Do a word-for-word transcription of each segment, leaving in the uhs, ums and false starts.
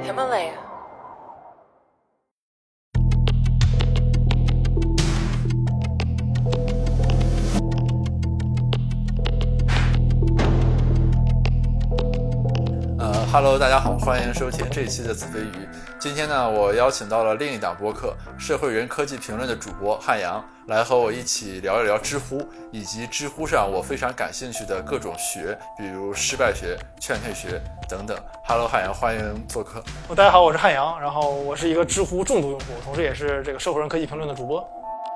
Himalaya。 呃哈喽，大家好，欢迎收听这一期的子非鱼。今天呢，我邀请到了另一档播客《社会人科技评论》的主播汉阳，来和我一起聊一聊知乎，以及知乎上我非常感兴趣的各种学，比如失败学、劝退学等等。哈喽，汉阳，欢迎做客。 大家好，我是汉阳，然后我是一个知乎重度用户，同时也是这个社会人科技评论的主播。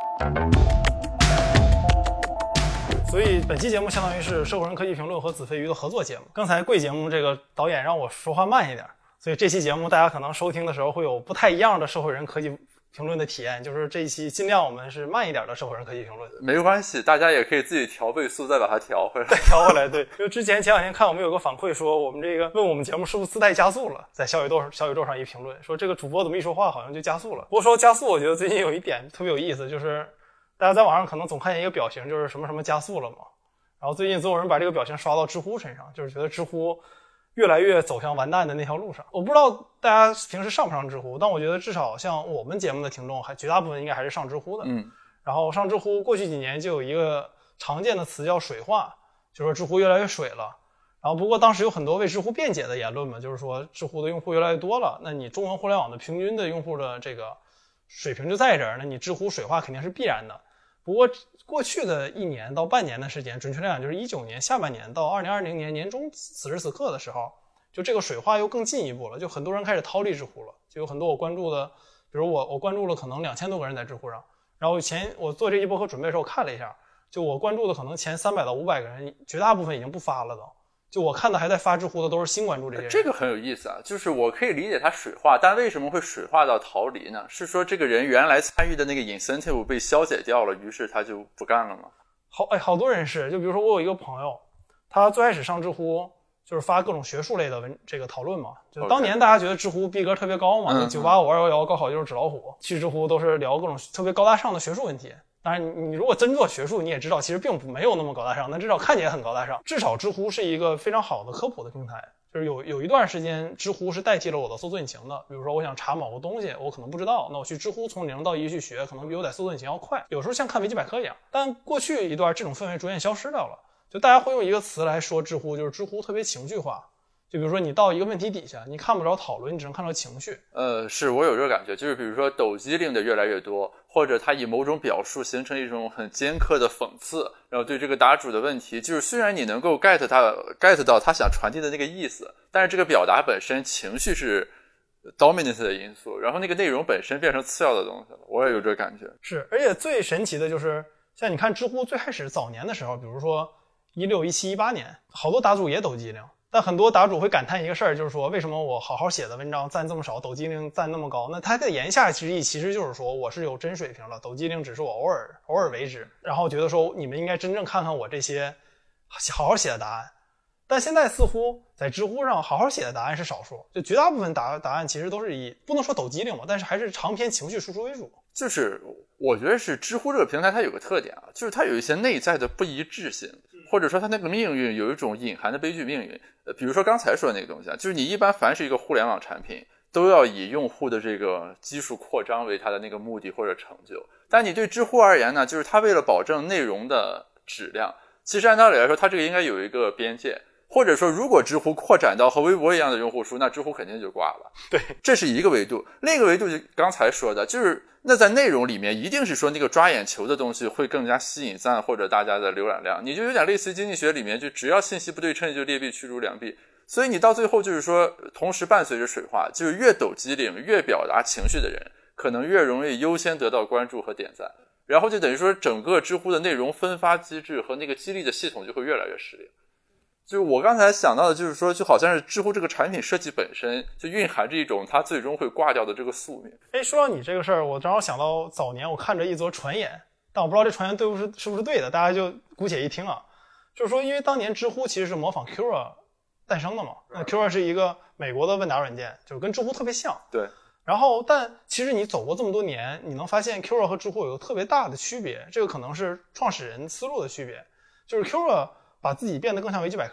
所以本期节目相当于是社会人科技评论和子非鱼的合作节目。刚才贵节目这个导演让我说话慢一点，所以这期节目大家可能收听的时候会有不太一样的社会人科技评论的体验，就是这一期尽量我们是慢一点的社会人科技评论。 没关系，大家也可以自己调倍速再把它调回来， 再调回来。对，因为之前前两天看我们有个反馈说，我们这个问我们节目是不是自带加速了，在小宇宙小宇宙上一评论说这个主播怎么一说话好像就加速了。不过说加速，我觉得最近有一点特别有意思，就是大家在网上可能总看见一个表情，就是什么什么加速了嘛。然后最近总有人把这个表情刷到知乎身上，就是觉得知乎越来越走向完蛋的那条路上。我不知道大家平时上不上知乎，但我觉得至少像我们节目的听众还绝大部分应该还是上知乎的。 嗯， 然后上知乎过去几年就有一个常见的词叫水化，就是说知乎越来越水了。然后不过当时有很多为知乎辩解的言论嘛，就是说知乎的用户越来越多了，那你中文互联网的平均的用户的这个水平就在这儿，那你知乎水化肯定是必然的。不过过去的一年到半年的时间，准确来讲就是一九年下半年到二零二零年年中此时此刻的时候，就这个水化又更进一步了，就很多人开始逃离知乎了。就有很多我关注的，比如我我关注了可能两千多个人在知乎上，然后前我做这一播客准备的时候看了一下，就我关注的可能前三百到五百个人，绝大部分已经不发了都。就我看的还在发知乎的都是新关注这些人。 这个很有意思啊，就是我可以理解它水化，但为什么会水化到逃离呢？是说这个人原来参与的那个 incentive 被消解掉了，于是他就不干了吗？ 好，哎，好多人是，就比如说我有一个朋友，他最开始上知乎就是发各种学术类的文这个讨论嘛，就当年大家觉得知乎逼格特别高嘛，九八五二幺幺高考就是纸老虎，去知乎都是聊各种特别高大上的学术问题。当然你你如果真做学术，你也知道其实并不没有那么高大上，但至少看起来很高大上。至少知乎是一个非常好的科普的平台，就是有有一段时间知乎是代替了我的搜索引擎的。比如说我想查某个东西我可能不知道，那我去知乎从零到一去学，可能比我在搜索引擎要快，有时候像看维基百科一样。但过去一段这种氛围逐渐消失掉了，就大家会用一个词来说知乎，就是知乎特别情绪化。就比如说你到一个问题底下，你看不着讨论，你只能看到情绪。 呃，是我有这个感觉，就是比如说抖机灵的越来越多，或者他以某种表述形成一种很尖刻的讽刺，然后对这个答主的问题，就是虽然你能够 get 他 get 到他想传递的那个意思，但是这个表达本身情绪是 dominant 的因素，然后那个内容本身变成次要的东西了。我也有这个感觉。 是，而且最神奇的就是像你看知乎最开始早年的时候，比如说一六一七一八年，好多答主也抖机灵。但很多答主会感叹一个事儿，就是说为什么我好好写的文章赞这么少，抖机灵赞那么高？那他的言下之意其实就是说我是有真水平了，抖机灵只是我偶尔偶尔为之，然后觉得说你们应该真正看看我这些好好写的答案。但现在似乎在知乎上好好写的答案是少数，就绝大部分答答案其实都是以不能说抖机灵嘛，但是还是长篇情绪输出为主。 就是我觉得是知乎这个平台它有个特点啊，就是它有一些内在的不一致性，或者说它那个命运有一种隐含的悲剧命运。呃，比如说刚才说的那个东西啊，就是你一般凡是一个互联网产品，都要以用户的这个基数扩张为它的那个目的或者成就。但你对知乎而言呢，就是它为了保证内容的质量，其实按道理来说，它这个应该有一个边界。或者说如果知乎扩展到和微博一样的用户数，那知乎肯定就挂了。 对， 这是一个维度。另一个维度就刚才说的，就是那在内容里面一定是说那个抓眼球的东西会更加吸引赞或者大家的浏览量，你就有点类似于经济学里面，就只要信息不对称就劣币驱逐良币。所以你到最后就是说同时伴随着水化，就是越抖机灵越表达情绪的人可能越容易优先得到关注和点赞，然后就等于说整个知乎的内容分发机制和那个激励的系统就会越来越失灵。就是我刚才想到的就是说，就好像是知乎这个产品设计本身就蕴含着一种它最终会挂掉的这个宿命。 哎，说到你这个事儿，我正好想到早年我看着一则传言，但我不知道这传言对不是是不是对的，大家就姑且一听啊。就是说因为当年知乎其实是模仿 Quora 诞生的嘛，那 Quora 是一个美国的问答软件，就是跟知乎特别像。 对。 然后但其实你走过这么多年，你能发现 Quora 和知乎有个特别大的区别，这个可能是创始人思路的区别，就是 Quora 把自己变得更像维基百科了。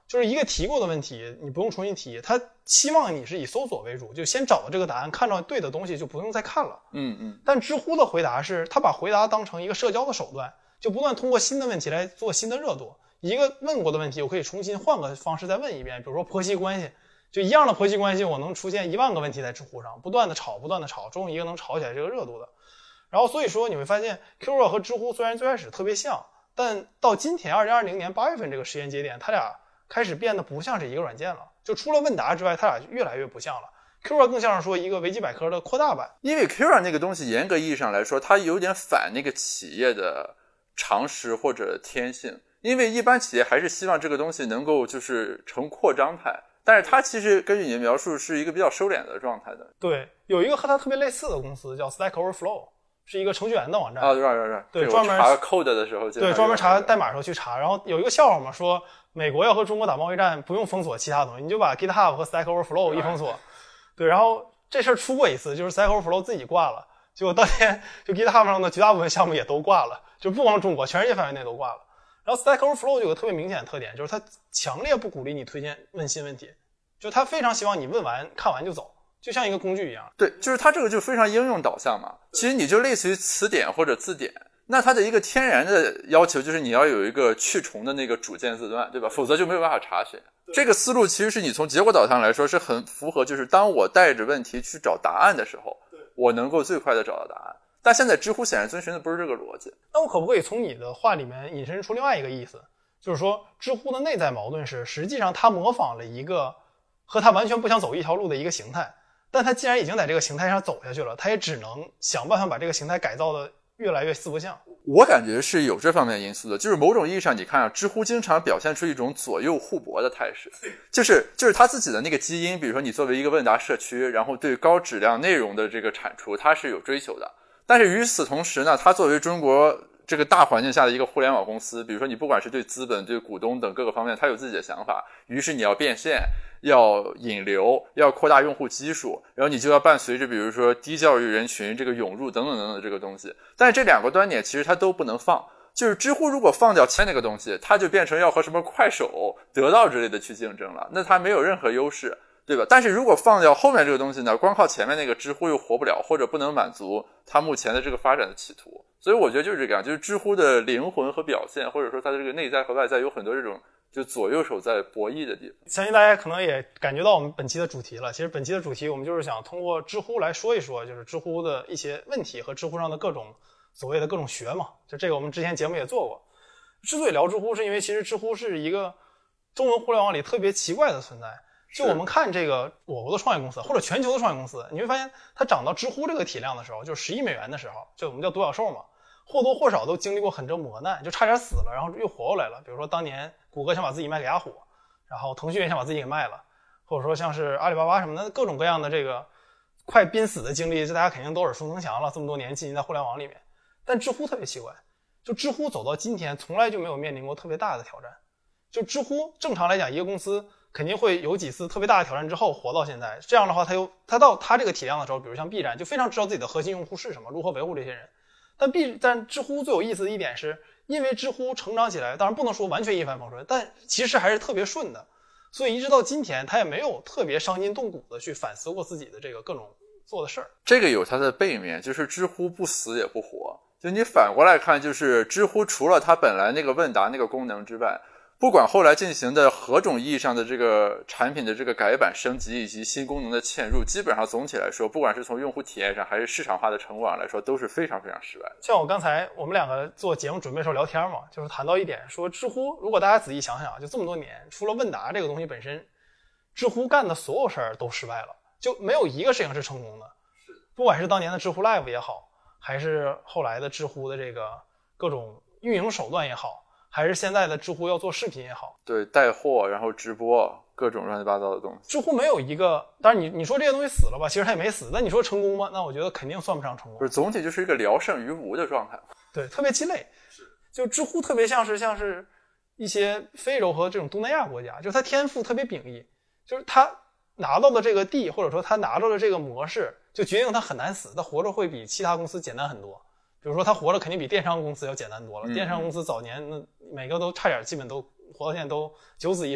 就是一个提过的问题你不用重新提，他希望你是以搜索为主，就先找到这个答案，看到对的东西就不用再看了。 嗯嗯。 但知乎的回答是他把回答当成一个社交的手段，就不断通过新的问题来做新的热度。一个问过的问题我可以重新换个方式再问一遍，比如说婆媳关系，就一样的婆媳关系我能出现一万个问题在知乎上，不断的吵不断的吵，终于一个能吵起来这个热度的。然后所以说你会发现 Quora 和知乎虽然最开始特别像，但到今天二零二零年八月份这个时间节点，它俩开始变得不像是一个软件了，就除了问答之外它俩越来越不像了。Quora 更像是说一个维基百科的扩大版， 因为 Quora 那个东西严格意义上来说它有点反那个企业的常识或者天性，因为一般企业还是希望这个东西能够就是成扩张态，但是它其实根据你的描述是一个比较收敛的状态的。 对，有一个和它特别类似的公司叫 Stack Overflow， 是一个程序员的网站。 啊，对对对， 对，专门查 code 的时候， 对，专门查代码的时候去查。然后有一个笑话嘛，说美国要和中国打贸易战，不用封锁其他东西，你就把 GitHub 和 Stack Overflow 一封锁。对，然后这事儿出过一次，就是 Stack Overflow 自己挂了，结果当天就 GitHub 上的绝大部分项目也都挂了，就不光中国，全世界范围内都挂了。然后 Stack Overflow 有个特别明显的特点，就是它强烈不鼓励你推荐问新问题，就它非常希望你问完看完就走，就像一个工具一样。 对，就是它这个就非常应用导向嘛。其实你就类似于词典或者字典，那它的一个天然的要求就是你要有一个去重的那个主键字段，对吧？否则就没有办法查询。这个思路其实是你从结果导向来说是很符合，就是当我带着问题去找答案的时候，我能够最快的找到答案。但现在知乎显然遵循的不是这个逻辑。 那我可不可以从你的话里面引申出另外一个意思，就是说知乎的内在矛盾是实际上它模仿了一个和它完全不想走一条路的一个形态，但它既然已经在这个形态上走下去了，它也只能想办法把这个形态改造的越来越四不像。 我感觉是有这方面因素的，就是某种意义上你看啊，知乎经常表现出一种左右互搏的态势，就是就是他自己的那个基因，比如说你作为一个问答社区，然后对高质量内容的这个产出它是有追求的，但是与此同时呢，它作为中国这个大环境下的一个互联网公司，比如说你不管是对资本对股东等各个方面它有自己的想法，于是你要变现，要引流，要扩大用户基数，然后你就要伴随着比如说低教育人群这个涌入等等等等的这个东西。但是这两个端点其实它都不能放，就是知乎如果放掉前那个东西，它就变成要和什么快手得到之类的去竞争了，那它没有任何优势，对吧？但是如果放掉后面这个东西呢，光靠前面那个知乎又活不了，或者不能满足它目前的这个发展的企图。所以我觉得就是这个样，就是知乎的灵魂和表现，或者说它的这个内在和外在有很多这种就左右手在博弈的地方。 相信大家可能也感觉到我们本期的主题了，其实本期的主题我们就是想通过知乎来说一说，就是知乎的一些问题和知乎上的各种所谓的各种学嘛，就这个我们之前节目也做过。之所以聊知乎是因为其实知乎是一个中文互联网里特别奇怪的存在，就我们看这个我国的创业公司或者全球的创业公司，你会发现它涨到知乎这个体量的时候，就十亿美元的时候，就我们叫独角兽嘛，或多或少都经历过很多磨难，就差点死了，然后又活过来了。比如说当年谷歌想把自己卖给雅虎，然后腾讯也想把自己给卖了，或者说像是阿里巴巴什么的，各种各样的这个快濒死的经历，这大家肯定都耳熟能详了，这么多年浸浸在互联网里面。但知乎特别奇怪，就知乎走到今天从来就没有面临过特别大的挑战。就知乎正常来讲一个公司肯定会有几次特别大的挑战之后活到现在，这样的话他又他到他这个体量的时候，比如像 B 站就非常知道自己的核心用户是什么，如何维护这些人。但 B 但知乎最有意思的一点是，因为知乎成长起来，当然不能说完全一帆风顺，但其实还是特别顺的，所以一直到今天他也没有特别伤筋动骨的去反思过自己的这个各种做的事儿。 这个有它的背面，就是知乎不死也不活。就你反过来看，就是知乎除了它本来那个问答那个功能之外，不管后来进行的何种意义上的这个产品的这个改版升级以及新功能的嵌入，基本上总体来说，不管是从用户体验上还是市场化的成果上来说，都是非常非常失败的。 像我刚才我们两个做节目准备的时候聊天嘛，就是谈到一点，说知乎如果大家仔细想想，就这么多年，除了问答这个东西本身，知乎干的所有事儿都失败了，就没有一个事情是成功的。不管是当年的知乎 Live 也好，还是后来的知乎的这个各种运营手段也好，还是现在的知乎要做视频也好， 对，带货然后直播各种乱七八糟的东西， 知乎没有一个，当然你你说这些东西死了吧，其实它也没死，但你说成功吗？那我觉得肯定算不上成功， 就是总体就是一个聊胜于无的状态。 对，特别鸡肋。就知乎特别像是像是一些非洲和这种东南亚国家，就是它天赋特别秉异，就是它拿到的这个地，或者说它拿到的这个模式，就决定它很难死，它活着会比其他公司简单很多。比如说他活着肯定比电商公司要简单多了， 嗯、 电商公司早年那每个都差点基本都活到现在都九死一生，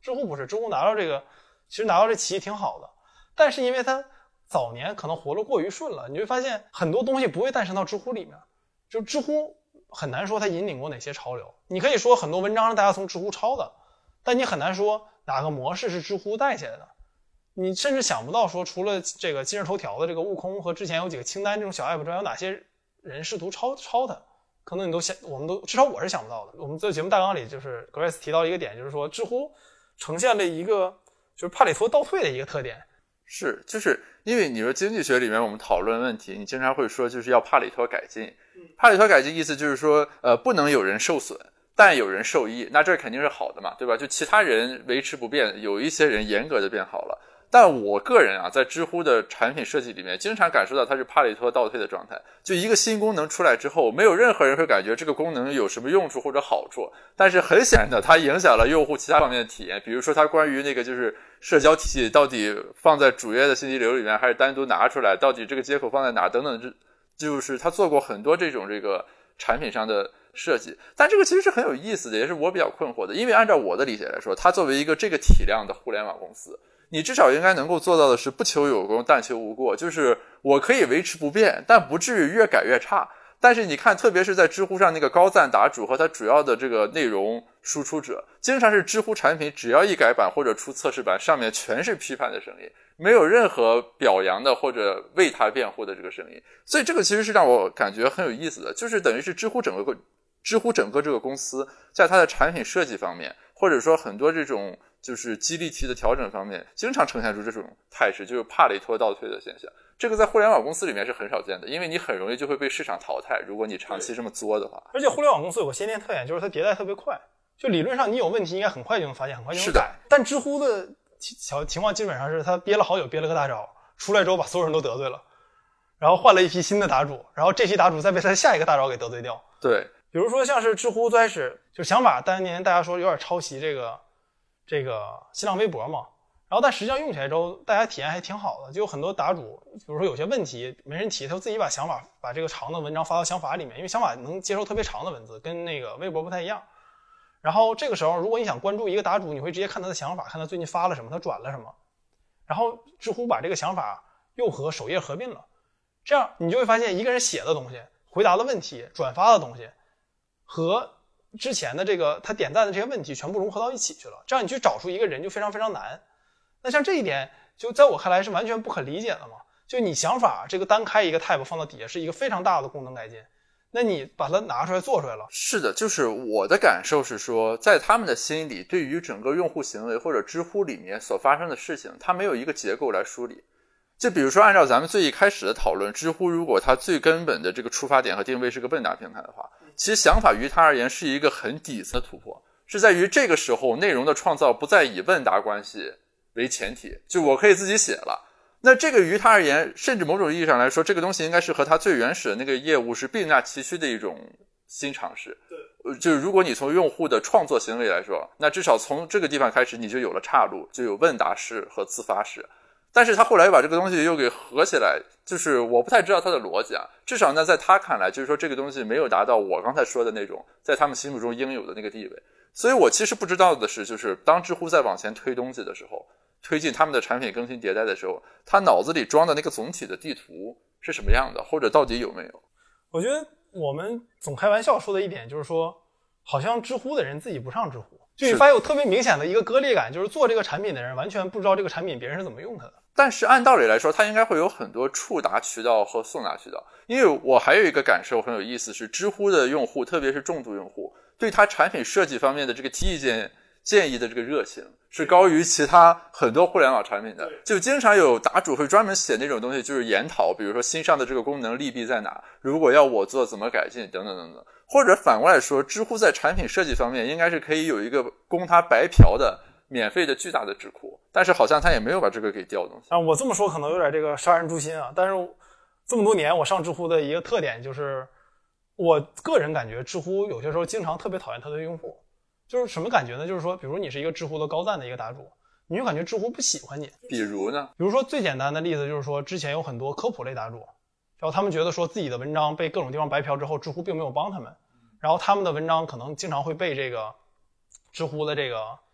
知乎不是，知乎拿到这个其实拿到这棋挺好的，但是因为它早年可能活得过于顺了，你会发现很多东西不会诞生到知乎里面，就知乎很难说它引领过哪些潮流。你可以说很多文章是大家从知乎抄的，但你很难说哪个模式是知乎带起来的。你甚至想不到说除了这个今日头条的这个悟空和之前有几个清单这种小 app 之外，有哪些人试图抄抄它，可能你都想，我们都至少我是想不到的。我们在节目大纲里就是 Grace 提到一个点，就是说知乎呈现了一个就是帕里托倒退的一个特点。 是，就是因为你说经济学里面我们讨论问题，你经常会说就是要帕里托改进。帕里托改进意思就是说呃，不能有人受损但有人受益，那这肯定是好的嘛，对吧？就其他人维持不变，有一些人严格的变好了。但我个人啊，在知乎的产品设计里面经常感受到它是帕里托倒退的状态。就一个新功能出来之后，没有任何人会感觉这个功能有什么用处或者好处，但是很显然的它影响了用户其他方面的体验。比如说它关于那个就是社交体系到底放在主页的信息流里面还是单独拿出来，到底这个接口放在哪等等，就是它做过很多这种这个产品上的设计。但这个其实是很有意思的，也是我比较困惑的。因为按照我的理解来说，它作为一个这个体量的互联网公司，你至少应该能够做到的是不求有功但求无过，就是我可以维持不变，但不至于越改越差。但是你看，特别是在知乎上那个高赞答主和他主要的这个内容输出者，经常是知乎产品只要一改版或者出测试版，上面全是批判的声音，没有任何表扬的或者为他辩护的这个声音。所以这个其实是让我感觉很有意思的，就是等于是知乎整个知乎整个这个公司在它的产品设计方面，或者说很多这种就是激励题的调整方面，经常呈现出这种态势，就是帕里托倒退的现象。这个在互联网公司里面是很少见的，因为你很容易就会被市场淘汰，如果你长期这么作的话。 而且互联网公司有个先天特点，就是它迭代特别快，就理论上你有问题应该很快就能发现，很快就能改。但知乎的小情况基本上是他憋了好久，憋了个大招，出来之后把所有人都得罪了，然后换了一批新的答主，然后这批答主再被他下一个大招给得罪掉。 对， 比如说像是知乎最开始就想法当年大家说有点抄袭这个这个新浪微博嘛，然后但实际上用起来之后大家体验还挺好的，就有很多答主比如说有些问题没人提，他就自己把想法把这个长的文章发到想法里面，因为想法能接受特别长的文字，跟那个微博不太一样。然后这个时候如果你想关注一个答主，你会直接看他的想法，看他最近发了什么，他转了什么，然后知乎把这个想法又和首页合并了，这样你就会发现一个人写的东西，回答的问题，转发的东西和之前的这个他点赞的这些问题全部融合到一起去了，这样你去找出一个人就非常非常难。那像这一点就在我看来是完全不可理解的嘛，就你想法这个单开一个 tab 放到底下是一个非常大的功能改进，那你把它拿出来做出来了。 是的，就是我的感受是说，在他们的心里，对于整个用户行为或者知乎里面所发生的事情，它没有一个结构来梳理。就比如说按照咱们最一开始的讨论，知乎如果它最根本的这个出发点和定位是个问答平台的话，其实想法于它而言是一个很底层的突破，是在于这个时候内容的创造不再以问答关系为前提，就我可以自己写了。那这个于他而言，甚至某种意义上来说，这个东西应该是和他最原始的那个业务是并驾齐驱的一种新尝试。对，就是如果你从用户的创作行为来说，那至少从这个地方开始你就有了岔路，就有问答式和自发式。但是他后来又把这个东西又给合起来，就是我不太知道他的逻辑啊。至少呢，在他看来，就是说这个东西没有达到我刚才说的那种在他们心目中应有的那个地位。所以我其实不知道的是，就是当知乎在往前推东西的时候，推进他们的产品更新迭代的时候，他脑子里装的那个总体的地图是什么样的，或者到底有没有。 我觉得我们总开玩笑说的一点就是说，好像知乎的人自己不上知乎，就你发现有特别明显的一个割裂感，就是做这个产品的人完全不知道这个产品别人是怎么用它的。 但是按道理来说，它应该会有很多触达渠道和送达渠道。因为我还有一个感受很有意思，是知乎的用户，特别是重度用户，对它产品设计方面的这个提意见建议的这个热情是高于其他很多互联网产品的。就经常有答主会专门写那种东西，就是研讨，比如说新上的这个功能利弊在哪，如果要我做怎么改进等等等等。或者反过来说，知乎在产品设计方面应该是可以有一个供他白嫖的免费的巨大的智库，但是好像他也没有把这个给调动。 啊，我这么说可能有点这个杀人诛心啊，但是这么多年我上知乎的一个特点就是，我个人感觉知乎有些时候经常特别讨厌他的用户。就是什么感觉呢？就是说比如你是一个知乎的高赞的一个答主，你就感觉知乎不喜欢你。 比如呢？ 比如说最简单的例子就是说，之前有很多科普类答主，然后他们觉得说自己的文章被各种地方白嫖之后，知乎并没有帮他们，然后他们的文章可能经常会被这个知乎的这个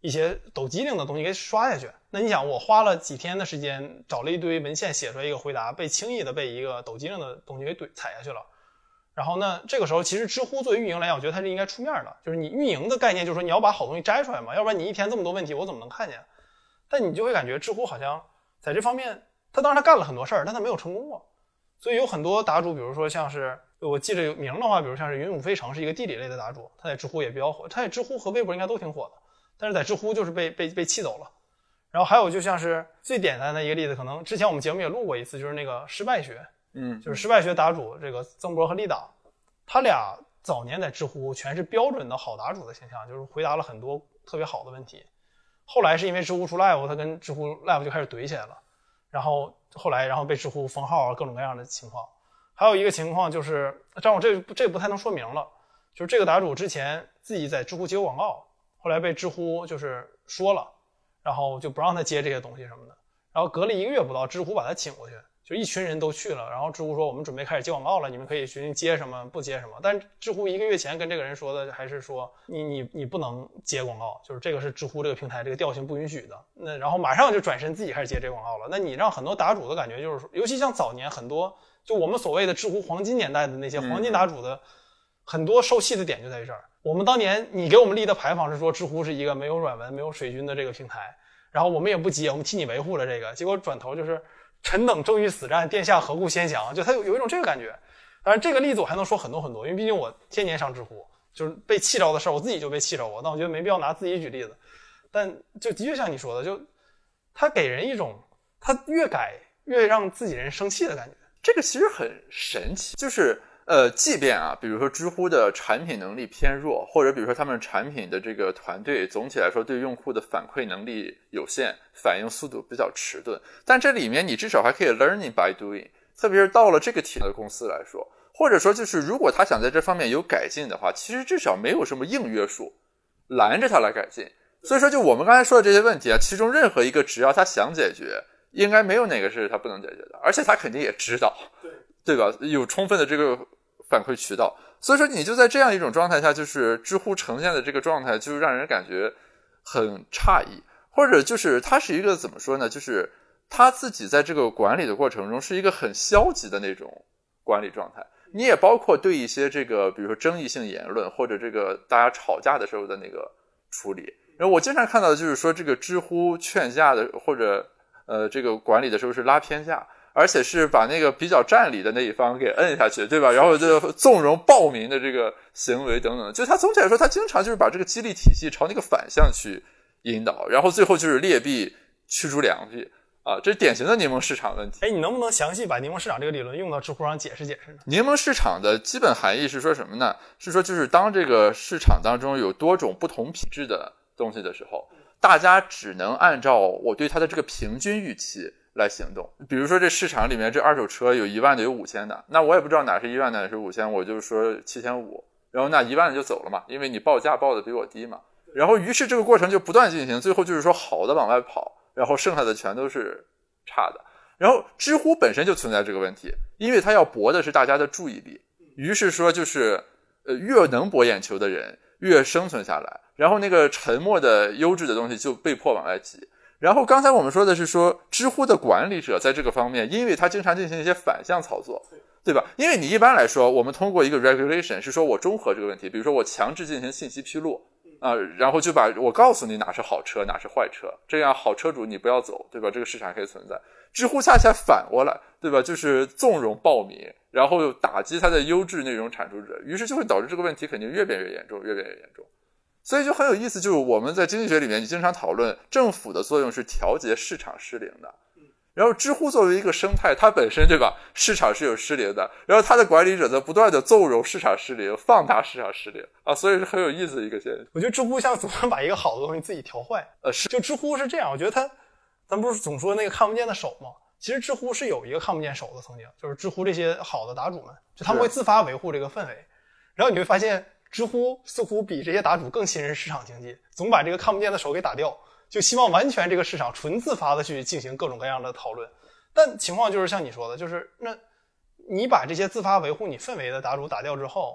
一些抖机灵的东西给刷下去。那你想，我花了几天的时间找了一堆文献写出来一个回答，被轻易的被一个抖机灵的东西给怼踩下去了。然后呢，这个时候其实知乎作为运营来讲，我觉得它是应该出面的，就是你运营的概念就是说你要把好东西摘出来嘛，要不然你一天这么多问题我怎么能看见？但你就会感觉知乎好像在这方面，他当然他干了很多事儿，但他没有成功过。所以有很多答主，比如说像是我记得有名的话，比如像是云母飞城是一个地理类的答主，他在知乎也比较火，他在知乎和微博应该都挺火的，但是在知乎就是被被被气走了。然后还有就像是最简单的一个例子，可能之前我们节目也录过一次，就是那个失败学， 嗯， 就是失败学答主这个曾博和立党，他俩早年在知乎全是标准的好答主的形象，就是回答了很多特别好的问题。后来是因为知乎出 live， 他跟知乎 live 就开始怼起来了，然后后来然后被知乎封号啊，各种各样的情况。还有一个情况就是，这样我这这不太能说明了，就是这个答主之前自己在知乎接广告，后来被知乎就是说了，然后就不让他接这些东西什么的，然后隔了一个月不到，知乎把他请过去，就一群人都去了，然后知乎说我们准备开始接广告了，你们可以决定接什么不接什么。但知乎一个月前跟这个人说的还是说你你你不能接广告，就是这个是知乎这个平台这个调性不允许的。那然后马上就转身自己开始接这个广告了。那你让很多答主的感觉就是说，尤其像早年很多就我们所谓的知乎黄金年代的那些黄金答主的很多受气的点就在于这儿。我们当年你给我们立的牌坊是说知乎是一个没有软文没有水军的这个平台，然后我们也不接，我们替你维护了这个，结果转头就是臣等正欲死战，殿下何故先降，就他有有一种这个感觉。当然这个例子我还能说很多很多，因为毕竟我天天上知乎，就是被气着的事儿我自己就被气着过，但我觉得没必要拿自己举例子。但就的确像你说的，就他给人一种他越改越让自己人生气的感觉。 这个其实很神奇，就是呃，即便啊，比如说知乎的产品能力偏弱，或者比如说他们产品的这个团队总体来说对用户的反馈能力有限，反应速度比较迟钝，但这里面你至少还可以 learning by doing， 特别是到了这个体量的公司来说，或者说就是如果他想在这方面有改进的话，其实至少没有什么硬约束拦着他来改进。所以说就我们刚才说的这些问题啊，其中任何一个只要他想解决，应该没有哪个是他不能解决的，而且他肯定也知道，对对吧？有充分的这个反馈渠道。所以说你就在这样一种状态下，就是知乎呈现的这个状态就让人感觉很诧异，或者就是他是一个怎么说呢，就是他自己在这个管理的过程中是一个很消极的那种管理状态。你也包括对一些这个比如说争议性言论或者这个大家吵架的时候的那个处理，然后我经常看到的就是说这个知乎劝架的或者呃这个管理的时候是拉偏架，而且是把那个比较占理的那一方给摁下去，对吧？然后就纵容暴民的这个行为等等，就他总体来说他经常就是把这个激励体系朝那个反向去引导，然后最后就是劣币驱逐良币啊，这是典型的柠檬市场问题。 哎，你能不能详细把柠檬市场这个理论用到知乎上解释解释呢？ 柠檬市场的基本含义是说什么呢？是说就是当这个市场当中有多种不同品质的东西的时候，大家只能按照我对它的这个平均预期来行动。比如说这市场里面这二手车有一万的有五千的，那我也不知道哪是一万的哪是五千，我就说七千五，然后那一万的就走了嘛，因为你报价报的比我低嘛。然后于是这个过程就不断进行，最后就是说好的往外跑，然后剩下的全都是差的。然后知乎本身就存在这个问题，因为它要博的是大家的注意力，于是说就是呃越能博眼球的人越生存下来，然后那个沉默的优质的东西就被迫往外挤。然后刚才我们说的是说知乎的管理者在这个方面，因为他经常进行一些反向操作，对吧？因为你一般来说我们通过一个 regulation 是说我中和这个问题，比如说我强制进行信息披露啊、呃，然后就把我告诉你哪是好车哪是坏车，这样好车主你不要走，对吧？这个市场可以存在。知乎恰恰反过来，对吧？就是纵容暴民，然后打击它的优质内容产出者，于是就会导致这个问题肯定越变越严重越变越严重。所以就很有意思，就是我们在经济学里面你经常讨论政府的作用是调节市场失灵的，然后知乎作为一个生态，它本身对吧市场是有失灵的，然后它的管理者则不断的纵容市场失灵，放大市场失灵啊，所以是很有意思的一个现象。 我觉得知乎像总能把一个好的东西自己调坏， 呃是就知乎是这样，我觉得它咱不是总说那个看不见的手吗？其实知乎是有一个看不见手的，曾经就是知乎这些好的答主们，就他们会自发维护这个氛围，然后你会发现知乎似乎比这些答主更信任市场经济，总把这个看不见的手给打掉，就希望完全这个市场纯自发的去进行各种各样的讨论。但情况就是像你说的，就是那你把这些自发维护你氛围的答主打掉之后，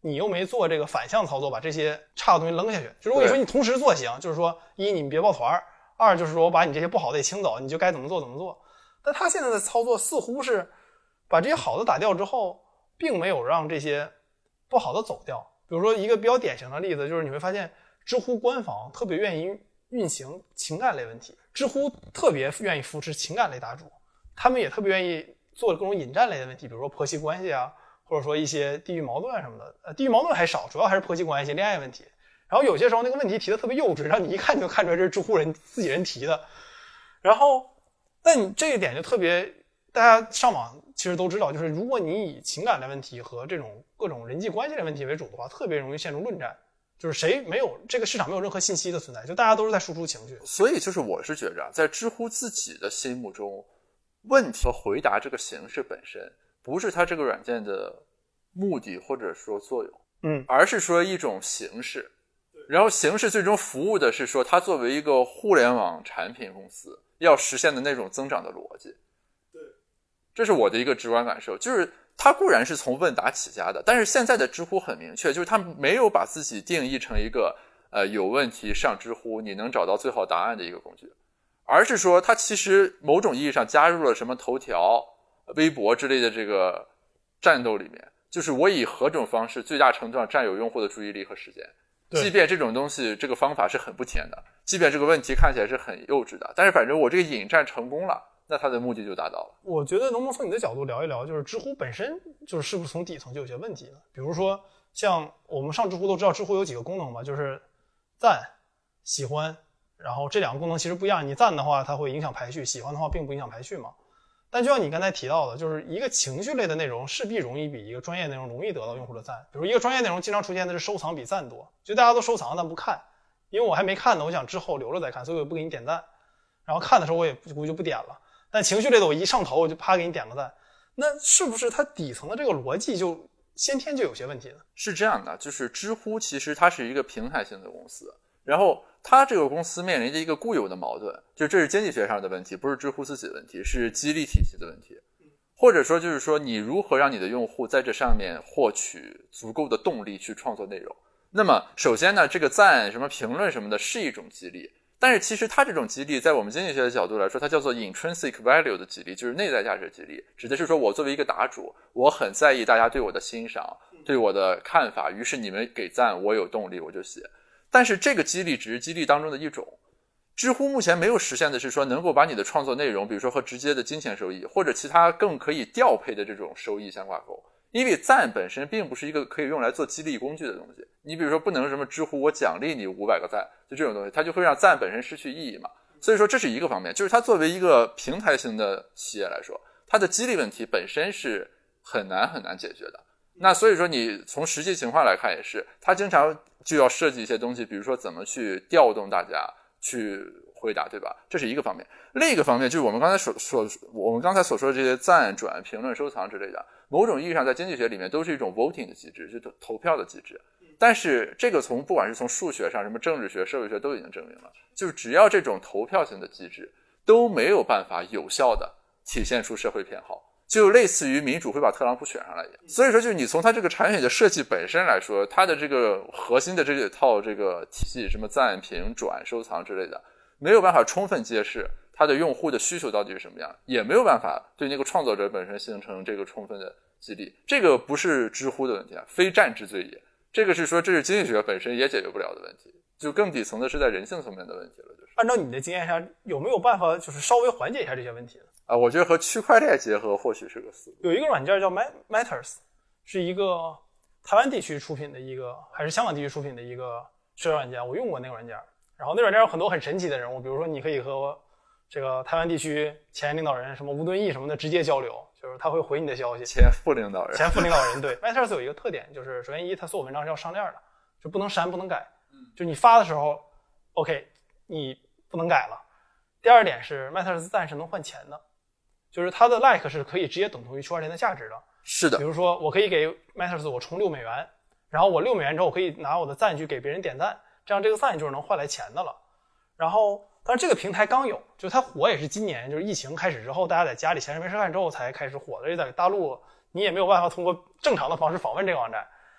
你又没做这个反向操作，把这些差的东西扔下去。就如果你说你同时做行，就是说一你别抱团，二就是说我把你这些不好的也清走，你就该怎么做怎么做。但他现在的操作似乎是把这些好的打掉之后，并没有让这些不好的走掉。比如说一个比较典型的例子，就是你会发现知乎官方特别愿意运行情感类问题，知乎特别愿意扶持情感类答主，他们也特别愿意做各种引战类的问题，比如说婆媳关系啊，或者说一些地域矛盾什么的。呃，地域矛盾还少，主要还是婆媳关系、恋爱问题。然后有些时候那个问题提的特别幼稚，让你一看就看出来这是知乎人自己人提的。然后，但你这一点就特别，大家上网其实都知道，就是如果你以情感类问题和这种各种人际关系类问题为主的话，特别容易陷入论战。就是谁没有这个市场没有任何信息的存在，就大家都是在输出情绪。 所以就是我是觉着，在知乎自己的心目中，问题和回答这个形式本身不是它这个软件的目的或者说作用， 嗯， 而是说一种形式。然后形式最终服务的是说它作为一个互联网产品公司要实现的那种增长的逻辑。 对， 这是我的一个直观感受，就是它固然是从问答起家的，但是现在的知乎很明确，就是它没有把自己定义成一个呃有问题上知乎你能找到最好答案的一个工具，而是说它其实某种意义上加入了什么头条、微博之类的这个战斗里面，就是我以何种方式最大程度上占有用户的注意力和时间。即便这种东西这个方法是很不甜的，即便这个问题看起来是很幼稚的，但是反正我这个引战成功了，那它的目的就达到了。 我觉得能不能从你的角度聊一聊，就是知乎本身就是是不是从底层就有些问题呢？比如说像我们上知乎都知道知乎有几个功能嘛，就是赞、喜欢，然后这两个功能其实不一样，你赞的话它会影响排序，喜欢的话并不影响排序嘛。但就像你刚才提到的，就是一个情绪类的内容势必容易比一个专业内容容易得到用户的赞。比如一个专业内容经常出现的是收藏比赞多，就大家都收藏但不看，因为我还没看呢，我想之后留着再看，所以我不给你点赞。然后看的时候我也估计就不点了。但情绪类的我一上头我就啪给你点个赞，那是不是它底层的这个逻辑就先天就有些问题呢？ 是这样的，就是知乎其实它是一个平台型的公司，然后它这个公司面临着一个固有的矛盾，就这是经济学上的问题，不是知乎自己的问题，是激励体系的问题。或者说就是说你如何让你的用户在这上面获取足够的动力去创作内容。那么首先呢，这个赞什么评论什么的是一种激励，但是其实它这种激励在我们经济学的角度来说，它叫做 intrinsic value 的激励，就是内在价值激励，指的是说我作为一个答主，我很在意大家对我的欣赏，对我的看法，于是你们给赞，我有动力我就写。但是这个激励只是激励当中的一种，知乎目前没有实现的是说能够把你的创作内容比如说和直接的金钱收益或者其他更可以调配的这种收益相挂钩，因为赞本身并不是一个可以用来做激励工具的东西。你比如说不能什么知乎我奖励你五百个赞，就这种东西它就会让赞本身失去意义嘛。所以说这是一个方面，就是它作为一个平台型的企业来说，它的激励问题本身是很难很难解决的。那所以说你从实际情况来看也是，它经常就要设计一些东西，比如说怎么去调动大家去回答，对吧？这是一个方面。另一个方面就是我们刚才所说我们刚才所说的这些赞、转、评论、收藏之类的，某种意义上在经济学里面都是一种 voting 的机制，就是投票的机制。但是这个从不管是从数学上什么政治学、社会学都已经证明了，就是只要这种投票型的机制都没有办法有效的体现出社会偏好，就类似于民主会把特朗普选上来一样。所以说就是你从它这个产品的设计本身来说，它的这个核心的这一套这个体系，什么赞、评、转、收藏之类的，没有办法充分揭示它的用户的需求到底是什么样，也没有办法对那个创作者本身形成这个充分的激励。这个不是知乎的问题啊，非战之罪也。这个是说这是经济学本身也解决不了的问题，就更底层的是在人性层面的问题了。就是按照你的经验上，有没有办法就是稍微缓解一下这些问题呢？ 啊，我觉得和区块链结合或许是个思路。 有一个软件叫 Matters， 是一个台湾地区出品的一个，还是香港地区出品的一个社交软件，我用过那个软件。然后那软件有很多很神奇的人物，比如说你可以和这个台湾地区前领导人什么吴敦义什么的直接交流，就是他会回你的消息。 前副领导人， 前副领导人对。Matters 有一个特点，就是首先一，它所有文章是要上链的，就不能删不能改，就你发的时候 OK 你不能改了。第二点是 Matters 赞是能换钱的，就是它的 like 是可以直接等同于区块链的价值的。 是的， 比如说我可以给 Matters 我充六美元，然后我六美元之后我可以拿我的赞去给别人点赞，这样这个赞就是能换来钱的了。然后但是这个平台刚有，就是它火也是今年，就是疫情开始之后大家在家里闲着没事干之后才开始火的。在大陆你也没有办法通过正常的方式访问这个网站，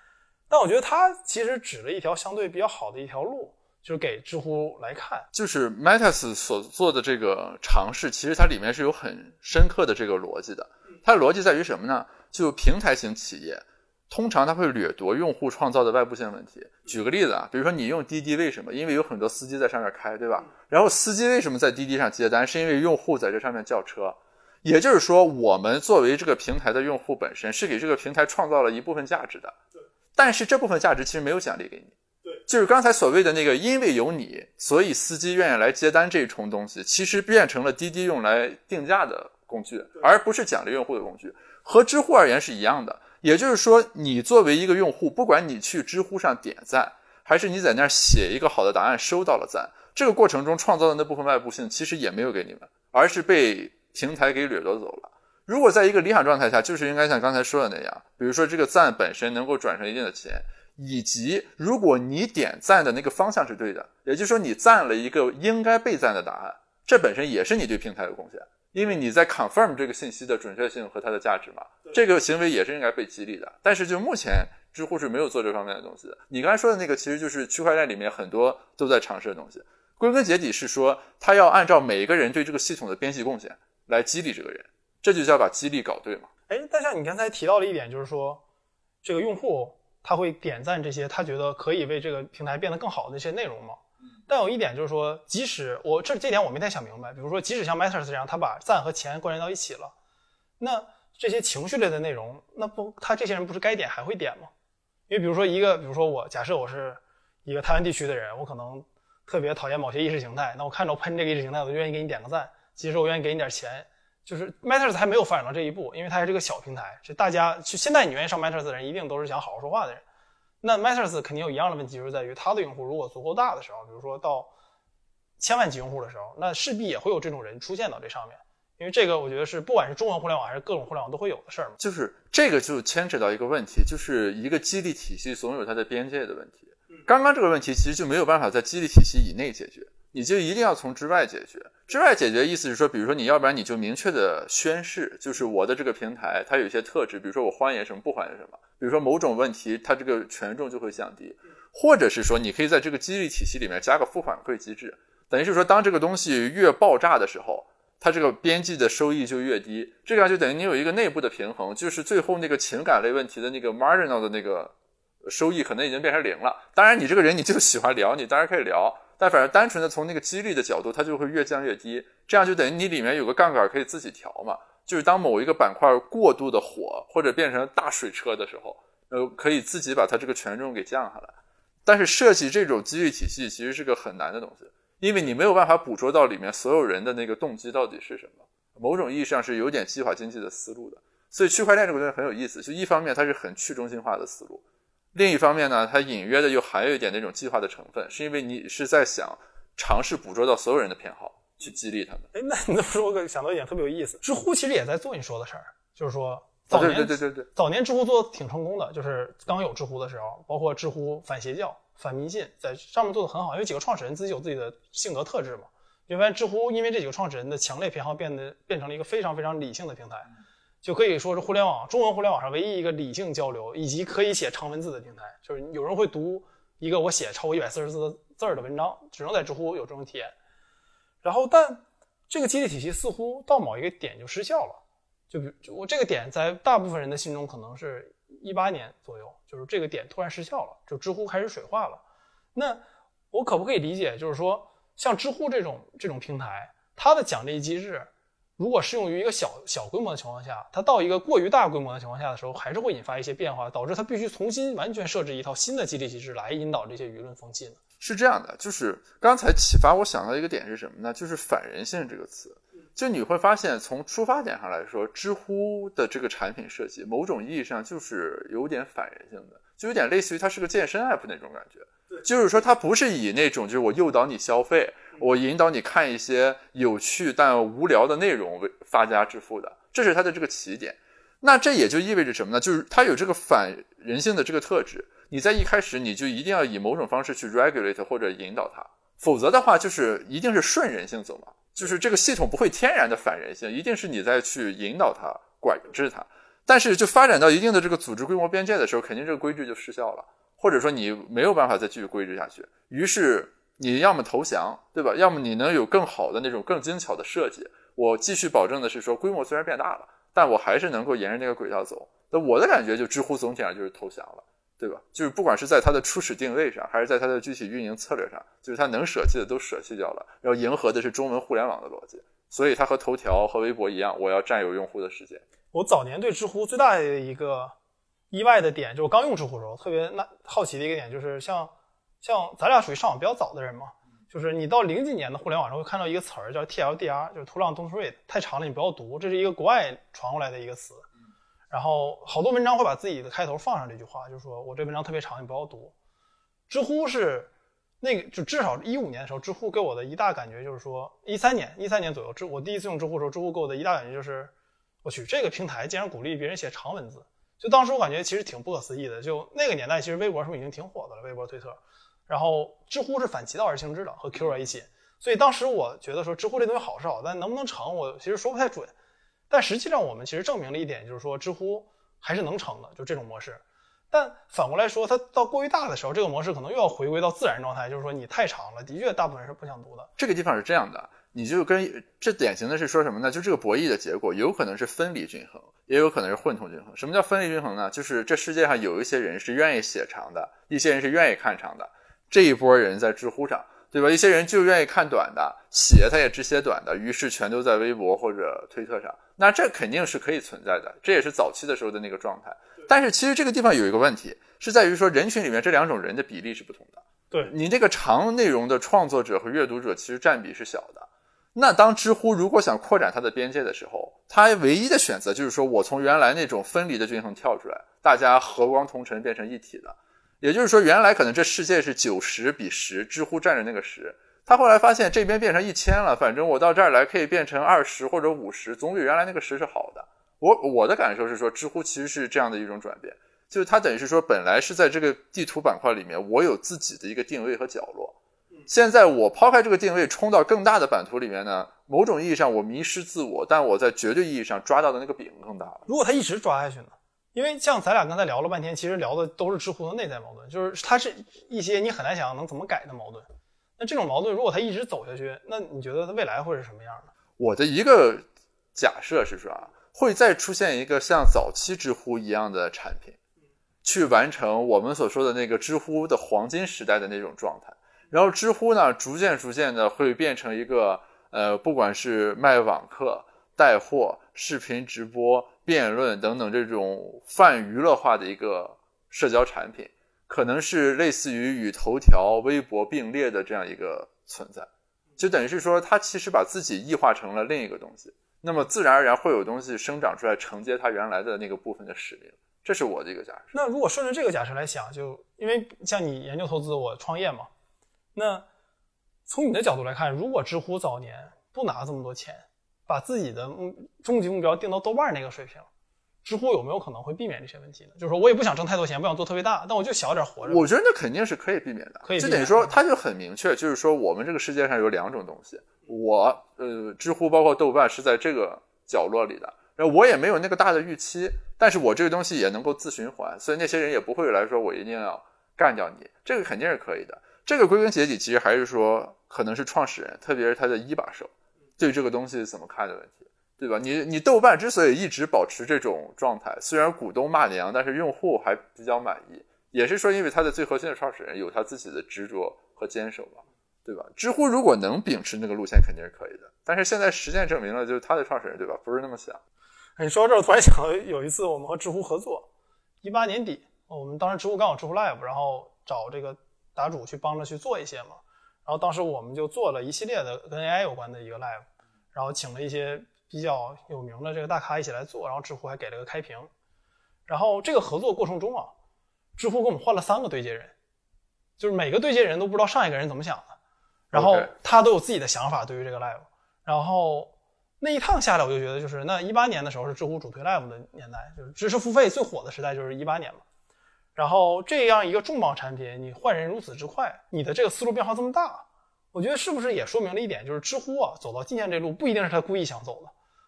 但我觉得它其实指了一条相对比较好的一条路，就是给知乎来看。 就是 Metas 所做的这个尝试，其实它里面是有很深刻的这个逻辑的。它的逻辑在于什么呢？就平台型企业通常它会掠夺用户创造的外部性问题。举个例子啊，比如说你用滴滴为什么？因为有很多司机在上面开，对吧？然后司机为什么在滴滴上接单？是因为用户在这上面叫车。也就是说，我们作为这个平台的用户本身是给这个平台创造了一部分价值的，但是这部分价值其实没有奖励给你。就是刚才所谓的那个因为有你所以司机愿意来接单这一重东西，其实变成了滴滴用来定价的工具，而不是奖励用户的工具。和知乎而言是一样的，也就是说你作为一个用户，不管你去知乎上点赞，还是你在那儿写一个好的答案收到了赞，这个过程中创造的那部分外部性其实也没有给你们，而是被平台给掠夺走了。如果在一个理想状态下，就是应该像刚才说的那样，比如说这个赞本身能够转成一定的钱，以及如果你点赞的那个方向是对的，也就是说你赞了一个应该被赞的答案，这本身也是你对平台的贡献，因为你在 confirm 这个信息的准确性和它的价值嘛，这个行为也是应该被激励的。但是就目前知乎是没有做这方面的东西的。你刚才说的那个其实就是区块链里面很多都在尝试的东西，归根结底是说它要按照每一个人对这个系统的边际贡献来激励这个人，这就叫把激励搞对嘛。 哎，但像你刚才提到的一点，就是说这个用户他会点赞这些他觉得可以为这个平台变得更好的那些内容嘛。但有一点就是说，即使我这这点我没太想明白，比如说即使像 Metas 这样他把赞和钱关联到一起了，那这些情绪类的内容，那不他这些人不是该点还会点吗？因为比如说一个比如说我假设我是一个台湾地区的人，我可能特别讨厌某些意识形态，那我看着我喷这个意识形态，我就愿意给你点个赞，其实我愿意给你点钱。就是 Metas 还没有发展到这一步，因为它是这个小平台，是大家就现在你愿意上 Metas 的人一定都是想好好说话的人。那 Metas 肯定有一样的问题，就是在于它的用户如果足够大的时候，比如说到千万级用户的时候，那势必也会有这种人出现到这上面。因为这个我觉得是不管是中文互联网还是各种互联网都会有的事儿嘛。 就是这个就牵扯到一个问题，就是一个激励体系总有它的边界的问题。刚刚这个问题其实就没有办法在激励体系以内解决，你就一定要从之外解决。之外解决意思是说，比如说你要不然你就明确的宣示，就是我的这个平台它有一些特质，比如说我欢迎什么不欢迎什么，比如说某种问题它这个权重就会降低，或者是说你可以在这个激励体系里面加个负反馈机制，等于是说当这个东西越爆炸的时候，它这个边际的收益就越低，这样就等于你有一个内部的平衡，就是最后那个情感类问题的那个 marginal 的那个收益可能已经变成零了。当然你这个人你就喜欢聊，你当然可以聊，但反正单纯的从那个激励的角度，它就会越降越低，这样就等于你里面有个杠杆可以自己调嘛。就是当某一个板块过度的火或者变成大水车的时候，呃，可以自己把它这个权重给降下来。但是设计这种激励体系其实是个很难的东西，因为你没有办法捕捉到里面所有人的那个动机到底是什么，某种意义上是有点计划经济的思路的。所以区块链这个东西很有意思，就一方面它是很去中心化的思路，另一方面呢，它隐约的又还有一点那种计划的成分，是因为你是在想尝试捕捉到所有人的偏好去激励他们。 哎，那你这么说我想到一点特别有意思，知乎其实也在做你说的事儿，就是说早年、 啊、对对对对对， 早年知乎做的挺成功的，就是刚有知乎的时候，包括知乎反邪教、反迷信，在上面做的很好，因为几个创始人自己有自己的性格特质嘛。因为知乎因为这几个创始人的强烈偏好变得变成了一个非常非常理性的平台，就可以说是互联网中文互联网上唯一一个理性交流以及可以写长文字的平台。就是有人会读一个我写超过一百四十字字的文章，只能在知乎有这种体验。然后但这个激励体系似乎到某一个点就失效了，就比如我这个点在大部分人的心中可能是一八年左右，就是这个点突然失效了，就知乎开始水化了。那我可不可以理解，就是说像知乎这种这种平台，它的奖励机制如果适用于一个小小规模的情况下，它到一个过于大规模的情况下的时候，还是会引发一些变化，导致它必须重新完全设置一套新的激励机制来引导这些舆论风气呢？ 是这样的，就是刚才启发我想到一个点是什么呢？就是反人性这个词。就你会发现从出发点上来说，知乎的这个产品设计某种意义上就是有点反人性的，就有点类似于它是个健身 app 那种感觉。就是说它不是以那种就是我诱导你消费，我引导你看一些有趣但无聊的内容为发家致富的，这是它的这个起点。那这也就意味着什么呢？就是它有这个反人性的这个特质，你在一开始你就一定要以某种方式去 regulate 或者引导它，否则的话就是一定是顺人性走嘛，就是这个系统不会天然的反人性，一定是你在去引导它管制它。 但是就发展到一定的这个组织规模边界的时候，肯定这个规制就失效了，或者说你没有办法再继续规制下去，于是你要么投降，对吧？要么你能有更好的那种更精巧的设计，我继续保证的是说规模虽然变大了，但我还是能够沿着那个轨道走。那我的感觉就知乎总体上就是投降了，对吧？就是不管是在它的初始定位上，还是在它的具体运营策略上，就是它能舍弃的都舍弃掉了，然后迎合的是中文互联网的逻辑，所以它和头条和微博一样，我要占有用户的时间。 我早年对知乎最大的一个意外的点，就是我刚用知乎的时候特别好奇的一个点，就是像像咱俩属于上网比较早的人嘛，就是你到零几年的互联网上会看到一个词儿叫 T L D R， 就是 Too Long Don't Read， 太长了你不要读，这是一个国外传过来的一个词。然后好多文章会把自己的开头放上这句话，就是说我这文章特别长你不要读。知乎是那个就至少一五年的时候，知乎给我的一大感觉就是说一三年一三年左右，知我第一次用知乎的时候，知乎给我的一大感觉就是我去这个平台竟然鼓励别人写长文字。就当时我感觉其实挺不可思议的，就那个年代其实微博是不是已经挺火的了，微博推特，然后知乎是反其道而行之的，和 Quora 一起。所以当时我觉得说知乎这东西好是好，但能不能成我其实说不太准。但实际上我们其实证明了一点，就是说知乎还是能成的，就这种模式。但反过来说，它到过于大的时候，这个模式可能又要回归到自然状态，就是说你太长了，的确大部分人是不想读的。 这个地方是这样的，你就跟这典型的是说什么呢？就这个博弈的结果有可能是分离均衡，也有可能是混同均衡。什么叫分离均衡呢？就是这世界上有一些人是愿意写长的，一些人是愿意看长的，这一波人在知乎上，对吧？一些人就愿意看短的，写他也只写短的，于是全都在微博或者推特上。那这肯定是可以存在的，这也是早期的时候的那个状态。但是其实这个地方有一个问题，是在于说人群里面这两种人的比例是不同的。 对， 你这个长内容的创作者和阅读者其实占比是小的。那当知乎如果想扩展它的边界的时候，它唯一的选择就是说我从原来那种分离的均衡跳出来，大家和光同尘变成一体的。也就是说原来可能这世界是九十比十，知乎占着那个十，他后来发现这边变成一千了，反正我到这儿来可以变成二十或者五十，总比原来那个十是好的。我我的感受是说知乎其实是这样的一种转变，就是它等于是说本来是在这个地图板块里面我有自己的一个定位和角落，现在我抛开这个定位冲到更大的版图里面呢，某种意义上我迷失自我，但我在绝对意义上抓到的那个饼更大了。 如果他一直抓下去呢？因为像咱俩刚才聊了半天，其实聊的都是知乎的内在矛盾，就是它是一些你很难想象能怎么改的矛盾。那这种矛盾如果它一直走下去，那你觉得它未来会是什么样的？ 我的一个假设是说啊，会再出现一个像早期知乎一样的产品，去完成我们所说的那个知乎的黄金时代的那种状态。然后知乎呢，逐渐逐渐的会变成一个呃，不管是卖网课、带货、视频直播、辩论等等这种泛娱乐化的一个社交产品，可能是类似于与头条、微博并列的这样一个存在。就等于是说它其实把自己异化成了另一个东西，那么自然而然会有东西生长出来承接它原来的那个部分的使命。这是我的一个假设。 那如果顺着这个假设来想，就因为像你研究投资，我创业嘛，那从你的角度来看，如果知乎早年不拿这么多钱，把自己的终极目标定到豆瓣那个水平，知乎有没有可能会避免这些问题呢？就是说我也不想挣太多钱，不想做特别大，但我就小点活着。 我觉得那肯定是可以避免的， 可以避免的。 就等于说它就很明确，就是说我们这个世界上有两种东西，我呃，知乎包括豆瓣是在这个角落里的，然后我也没有那个大的预期，但是我这个东西也能够自循环，所以那些人也不会来说我一定要干掉你，这个肯定是可以的。这个归根结底其实还是说可能是创始人，特别是他的一把手对这个东西怎么看的问题，对吧？你你豆瓣之所以一直保持这种状态，虽然股东骂娘，但是用户还比较满意，也是说因为他的最核心的创始人有他自己的执着和坚守吧，对吧？知乎如果能秉持那个路线肯定是可以的，但是现在实践证明了就是他的创始人，对吧，不是那么想。 你说到这儿，我突然想到有一次我们和知乎合作，一八年底，我们当时知乎刚有知乎 Live， 然后找这个答主去帮着去做一些嘛，然后当时我们就做了一系列的跟 A I 有关的一个 Live， 然后请了一些比较有名的这个大咖一起来做，然后知乎还给了个开屏。然后这个合作过程中啊，知乎给我们换了三个对接人，就是每个对接人都不知道上一个人怎么想的，然后他都有自己的想法对于这个 Live。然后那一趟下来，我就觉得就是那一八年的时候是知乎主推 Live 的年代，就是知识付费最火的时代就是一八年嘛。然后这样一个重磅产品，你换人如此之快，你的这个思路变化这么大，我觉得是不是也说明了一点，就是知乎啊走到今天这路不一定是他故意想走的，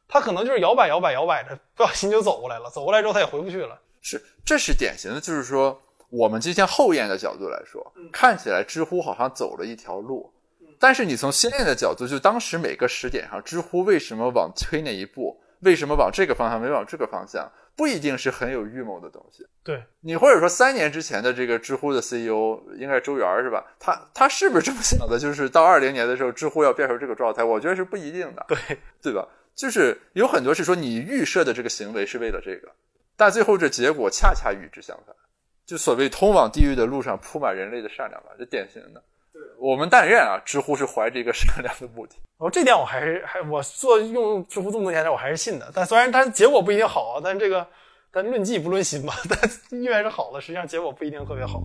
他可能就是摇摆摇摆摇摆着，不小心就走过来了，走过来之后他也回不去了。 是，这是典型的，就是说我们今天后验的角度来说， 嗯、 看起来知乎好像走了一条路，嗯、但是你从先验的角度，就当时每个时点上，知乎为什么往推那一步，为什么往这个方向没往这个方向，不一定是很有预谋的东西。 对， 你或者说三年之前的这个知乎的 C E O 应该是周源是吧？他他是不是这么想的？就是到二零年的时候，知乎要变成这个状态，我觉得是不一定的。 对， 对吧？就是有很多是说你预设的这个行为是为了这个，但最后这结果恰恰与之相反。就所谓通往地狱的路上铺满人类的善良吧，这典型的。对，我们但愿啊，知乎是怀着一个善良的目的。 哦，这点我还是还我做用知乎这么多年，我还是信的。但虽然它结果不一定好啊，但这个但论迹不论心吧，但意愿是好的，实际上结果不一定特别好。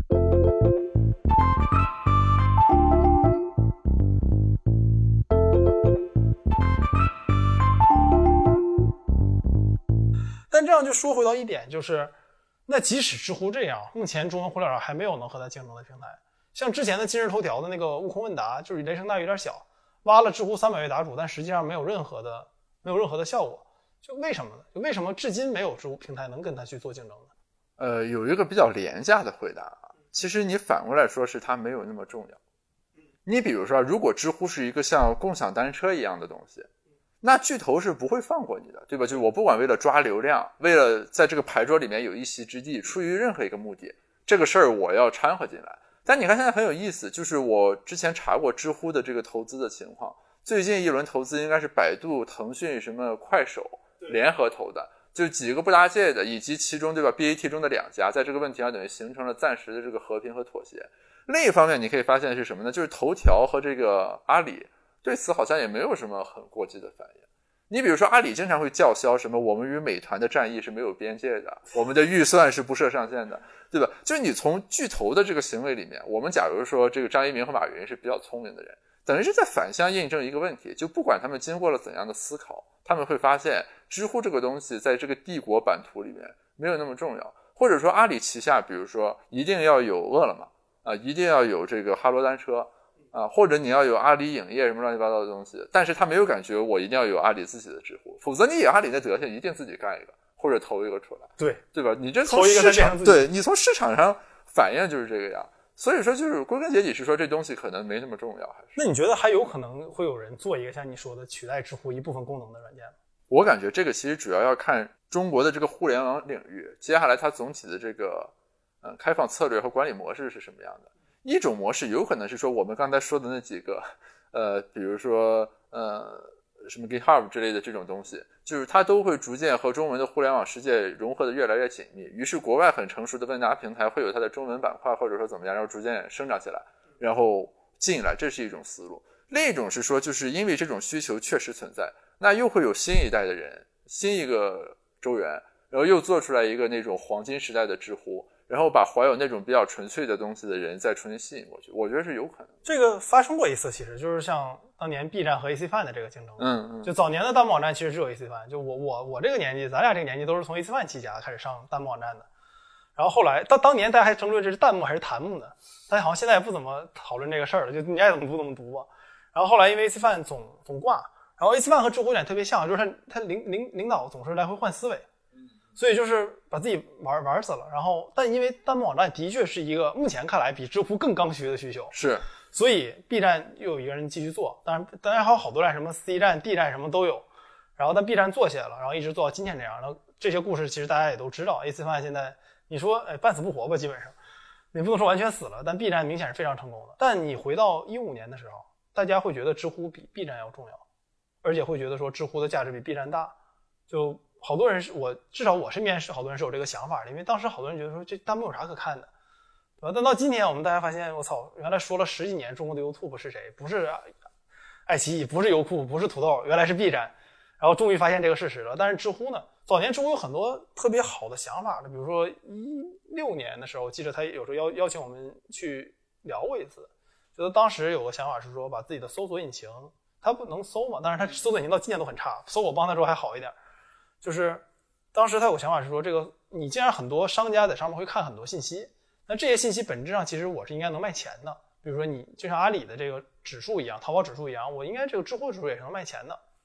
但这样就说回到一点，就是那即使知乎这样，目前中文互联网还没有能和它竞争的平台。像之前的今日头条的那个悟空问答，就是雷声大雨点小，挖了知乎三百位答主，但实际上没有任何的没有任何的效果。就为什么呢？就为什么至今没有知乎平台能跟它去做竞争呢？ 呃，有一个比较廉价的回答啊，其实你反过来说是它没有那么重要。你比如说，如果知乎是一个像共享单车一样的东西，那巨头是不会放过你的，对吧？就是我不管为了抓流量，为了在这个牌桌里面有一席之地，出于任何一个目的，这个事儿我要掺和进来。但你看现在很有意思，就是我之前查过知乎的这个投资的情况，最近一轮投资应该是百度、腾讯、什么快手联合投的，就几个不搭界的，以及其中对吧 B A T 中的两家，在这个问题上等于形成了暂时的这个和平和妥协。另一方面你可以发现是什么呢？就是头条和这个阿里对此好像也没有什么很过激的反应。你比如说阿里经常会叫嚣什么我们与美团的战役是没有边界的，我们的预算是不设上限的，对吧？就是你从巨头的这个行为里面，我们假如说这个张一鸣和马云是比较聪明的人，等于是在反向印证一个问题，就不管他们经过了怎样的思考，他们会发现知乎这个东西在这个帝国版图里面没有那么重要，或者说阿里旗下比如说一定要有饿了么啊，一定要有这个哈罗单车啊，或者你要有阿里影业什么乱七八糟的东西，但是他没有感觉我一定要有阿里自己的知乎，否则你有阿里的德行一定自己干一个或者投一个出来， 对对吧？你这从市场对你从市场上反应就是这个样，所以说就是归根结底是说这东西可能没那么重要。还是那你觉得还有可能会有人做一个像你说的取代知乎一部分功能的软件吗？ 我感觉这个其实主要要看中国的这个互联网领域接下来它总体的这个呃开放策略和管理模式是什么样的。一种模式有可能是说我们刚才说的那几个呃比如说呃什么 GitHub 之类的这种东西，就是它都会逐渐和中文的互联网世界融合的越来越紧密，于是国外很成熟的问答平台会有它的中文板块或者说怎么样，然后逐渐生长起来，然后进来，这是一种思路。另一种是说就是因为这种需求确实存在，那又会有新一代的人，新一个周源，然后又做出来一个那种黄金时代的知乎，然后把怀有那种比较纯粹的东西的人再重新吸引过去，我觉得是有可能。 这个发生过一次，其实就是像当年 B 站和 A C Fan 的这个竞争。 嗯嗯。 就早年的弹幕网站其实只有 A C Fan， 就我我我这个年纪，咱俩这个年纪都是从 A C Fan 起家开始上弹幕网站的。然后后来当当年大家还争论这是弹幕还是弹幕呢，大家好像现在也不怎么讨论这个事儿了，就你爱怎么读怎么读吧。然后后来因为 A C Fan 总总挂，然后 A C Fan 和知乎有点特别像，就是他他领领领导总是来回换思维。所以就是把自己玩玩死了，然后但因为弹幕网站的确是一个目前看来比知乎更刚需的需求， 是， 所以 B 站又有一个人继续做，当然当然还有好多站，什么 C 站、D 站什么都有，然后但 B 站做起来了，然后一直做到今天这样，然后这些故事其实大家也都知道 ，A C Fan 现在你说哎半死不活吧，基本上你不能说完全死了，但 B 站明显是非常成功的。但你回到一五年的时候，大家会觉得知乎比 B 站要重要，而且会觉得说知乎的价值比 B 站大，就。好多人是我至少我身边是好多人是有这个想法的，因为当时好多人觉得说这弹幕有啥可看的，对吧？但到今天我们大家发现，我操，原来说了十几年中国的 YouTube 是谁？不是爱奇艺，不是优酷，不是土豆，原来是 B 站。然后终于发现这个事实了。但是知乎呢，早年知乎有很多特别好的想法的，比如说一六年的时候，记得他有时候邀邀请我们去聊过一次，觉得当时有个想法是说把自己的搜索引擎，他不能搜嘛，但是他搜索引擎到今年都很差，搜我帮他之后还好一点。就是当时他有个想法是说，这个你既然很多商家在上面会看很多信息，那这些信息本质上其实我是应该能卖钱的。比如说你就像阿里的这个指数一样，淘宝指数一样，我应该这个知乎指数也是能卖钱的。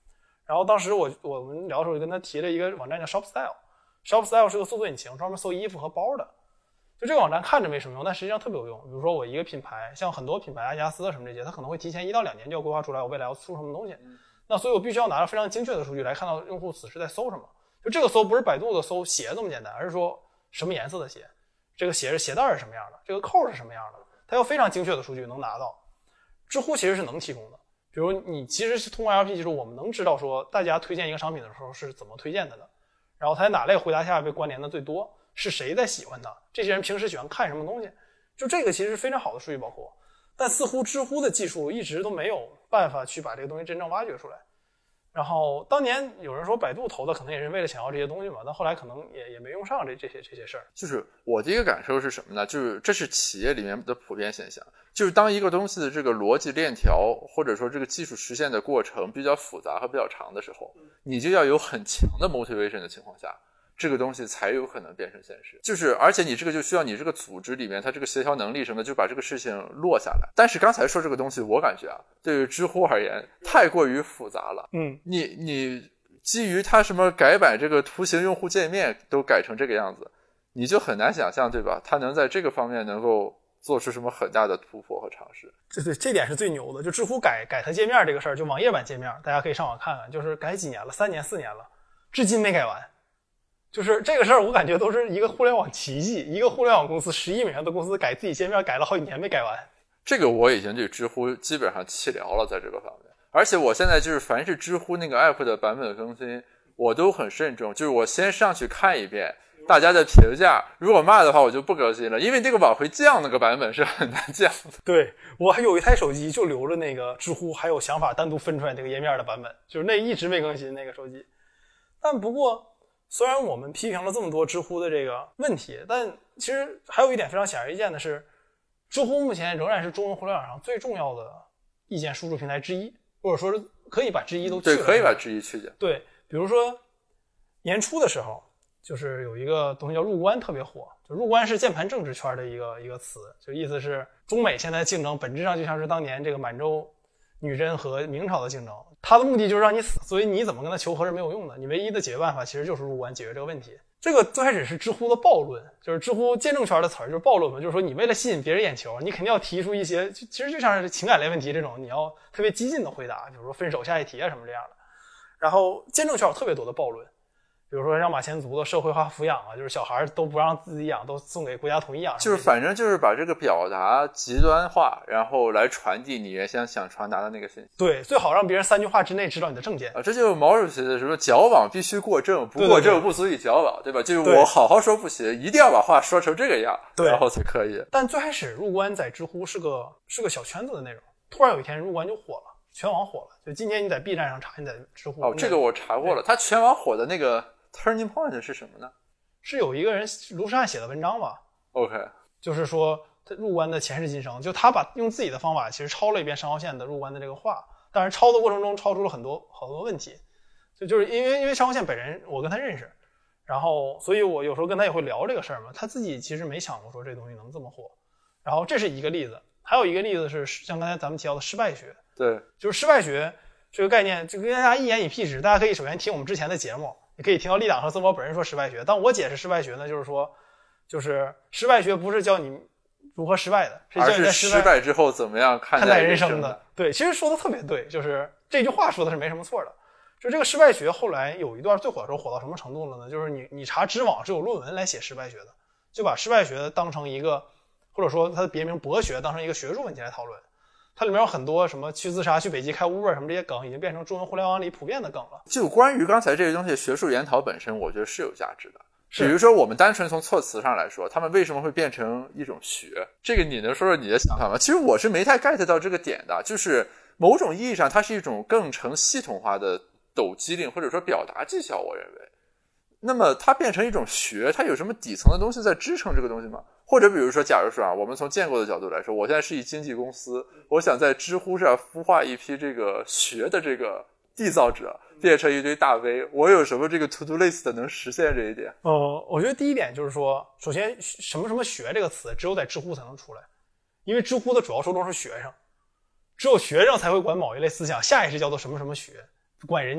然后当时我我们聊的时候就跟他提了一个网站叫 ShopStyle，ShopStyle 是个搜索引擎，专门搜衣服和包的。就这个网站看着没什么用，但实际上特别有用。比如说我一个品牌，像很多品牌阿迪达斯什么这些，它可能会提前一到两年就要规划出来我未来要出什么东西。那所以我必须要拿到非常精确的数据来看到用户此时在搜什么。就这个搜不是百度的搜鞋这么简单，而是说什么颜色的鞋，这个鞋是鞋带是什么样的，这个扣是什么样的，它有非常精确的数据能拿到。知乎其实是能提供的。比如你其实是通过 N L P 技术，我们能知道说大家推荐一个商品的时候是怎么推荐的呢？然后它在哪类回答下被关联的最多，是谁在喜欢它，这些人平时喜欢看什么东西，就这个其实是非常好的数据包括。但似乎知乎的技术一直都没有办法去把这个东西真正挖掘出来。然后当年有人说百度投的可能也是为了想要这些东西嘛，但后来可能也也没用上这这些这些事儿。 就是我的一个感受是什么呢？就是这是企业里面的普遍现象，就是当一个东西的这个逻辑链条或者说这个技术实现的过程比较复杂和比较长的时候，你就要有很强的 motivation 的情况下，这个东西才有可能变成现实。就是而且你这个就需要你这个组织里面它这个协调能力什么的，就把这个事情落下来。但是刚才说这个东西我感觉啊，对于知乎而言太过于复杂了。 嗯， 你你基于它什么改版这个图形用户界面都改成这个样子，你就很难想象对吧，它能在这个方面能够做出什么很大的突破和尝试。 这对这点是最牛的。就知乎改改它界面这个事儿，就网页版界面大家可以上网看看，就是改几年了，三年四年了，至今没改完。就是这个事儿我感觉都是一个互联网奇迹，一个互联网公司十亿美元的公司改自己界面改了好几年没改完。 这个我已经对知乎基本上弃疗了，在这个方面。而且我现在就是凡是知乎那个 app 的版本更新我都很慎重，就是我先上去看一遍大家的评价，如果骂的话我就不更新了，因为这个往回降那个版本是很难降的。 对，我还有一台手机就留着那个知乎还有想法单独分出来这个页面的版本，就是那一直没更新那个手机。但不过虽然我们批评了这么多知乎的这个问题，但其实还有一点非常显而易见的是，知乎目前仍然是中文互联网上最重要的意见输出平台之一，或者说是可以把之一都去了。 对，可以把之一去掉。 对，比如说年初的时候，就是有一个东西叫入关特别火，就入关是键盘政治圈的一个一个词，就意思是中美现在竞争本质上就像是当年这个满洲女真和明朝的竞争，它的目的就是让你死，所以你怎么跟他求和是没有用的，你唯一的解决办法其实就是入关解决这个问题。这个最开始是知乎的暴论，就是知乎见证圈的词儿就是暴论嘛，就是说你为了吸引别人眼球，你肯定要提出一些其实就像是情感类问题这种你要特别激进的回答，比如说分手下一题啊什么这样的。然后见证圈有特别多的暴论，比如说让马前卒的社会化抚养啊，就是小孩都不让自己养，都送给国家统一养， 就是反正就是把这个表达极端化，然后来传递你原先想传达的那个信息。 对，最好让别人三句话之内知道你的政见啊，这就是毛主席的什么矫枉必须过正，不过正不足以矫枉， 对, 对, 对, 对吧？就是我好好说不行，一定要把话说成这个样， 对， 然后才可以。 但最开始入关在知乎是个是个小圈子的内容，突然有一天入关就火了，全网火了。就今天你在 B 站上查，你在知乎哦，这个我查过了，它全网火的那个 turning point 是什么呢？ 是有一个人卢士汉写的文章吧 OK， 就是说他入关的前世今生，就他把用自己的方法其实抄了一遍上号线的入关的这个话，但是抄的过程中抄出了很多好多问题，就就是因为因为上号线本人我跟他认识，然后所以我有时候跟他也会聊这个事儿嘛，他自己其实没想过说这东西能这么火。然后这是一个例子，还有一个例子是像刚才咱们提到的失败学。 对， 就是失败学这个概念，就跟大家一言以蔽之。大家可以首先听我们之前的节目，你可以听到立党和曾宝本人说失败学。但我解释失败学呢，就是说，就是失败学不是教你如何失败的，是教你在失败，而是失败之后怎么样看待人生的。对，其实说的特别对，就是这句话说的是没什么错的。就这个失败学后来有一段最火的时候火到什么程度了呢？就是你你查知网是有论文来写失败学的，就把失败学当成一个，或者说它的别名博学当成一个学术问题来讨论。它里面有很多什么去自杀、去北极开 Uber 什么这些梗，已经变成中文互联网里普遍的梗了。 就关于刚才这些东西，学术研讨本身，我觉得是有价值的。比如说，我们单纯从措辞上来说，他们为什么会变成一种学？这个你能说说你的想法吗？其实我是没太 get 到这个点的，就是某种意义上，它是一种更成系统化的抖机灵或者说表达技巧，我认为。那么它变成一种学，它有什么底层的东西在支撑这个东西吗？或者比如说，假如说啊，我们从建构的角度来说，我现在是一经纪公司，我想在知乎上孵化一批这个学的这个缔造者，变成一堆大 V， 我有什么这个 to do list 能实现这一点？ 呃，我觉得第一点就是说，首先什么什么学这个词只有在知乎才能出来，因为知乎的主要受众是学生，只有学生才会管某一类思想下意识叫做什么什么学，管人叫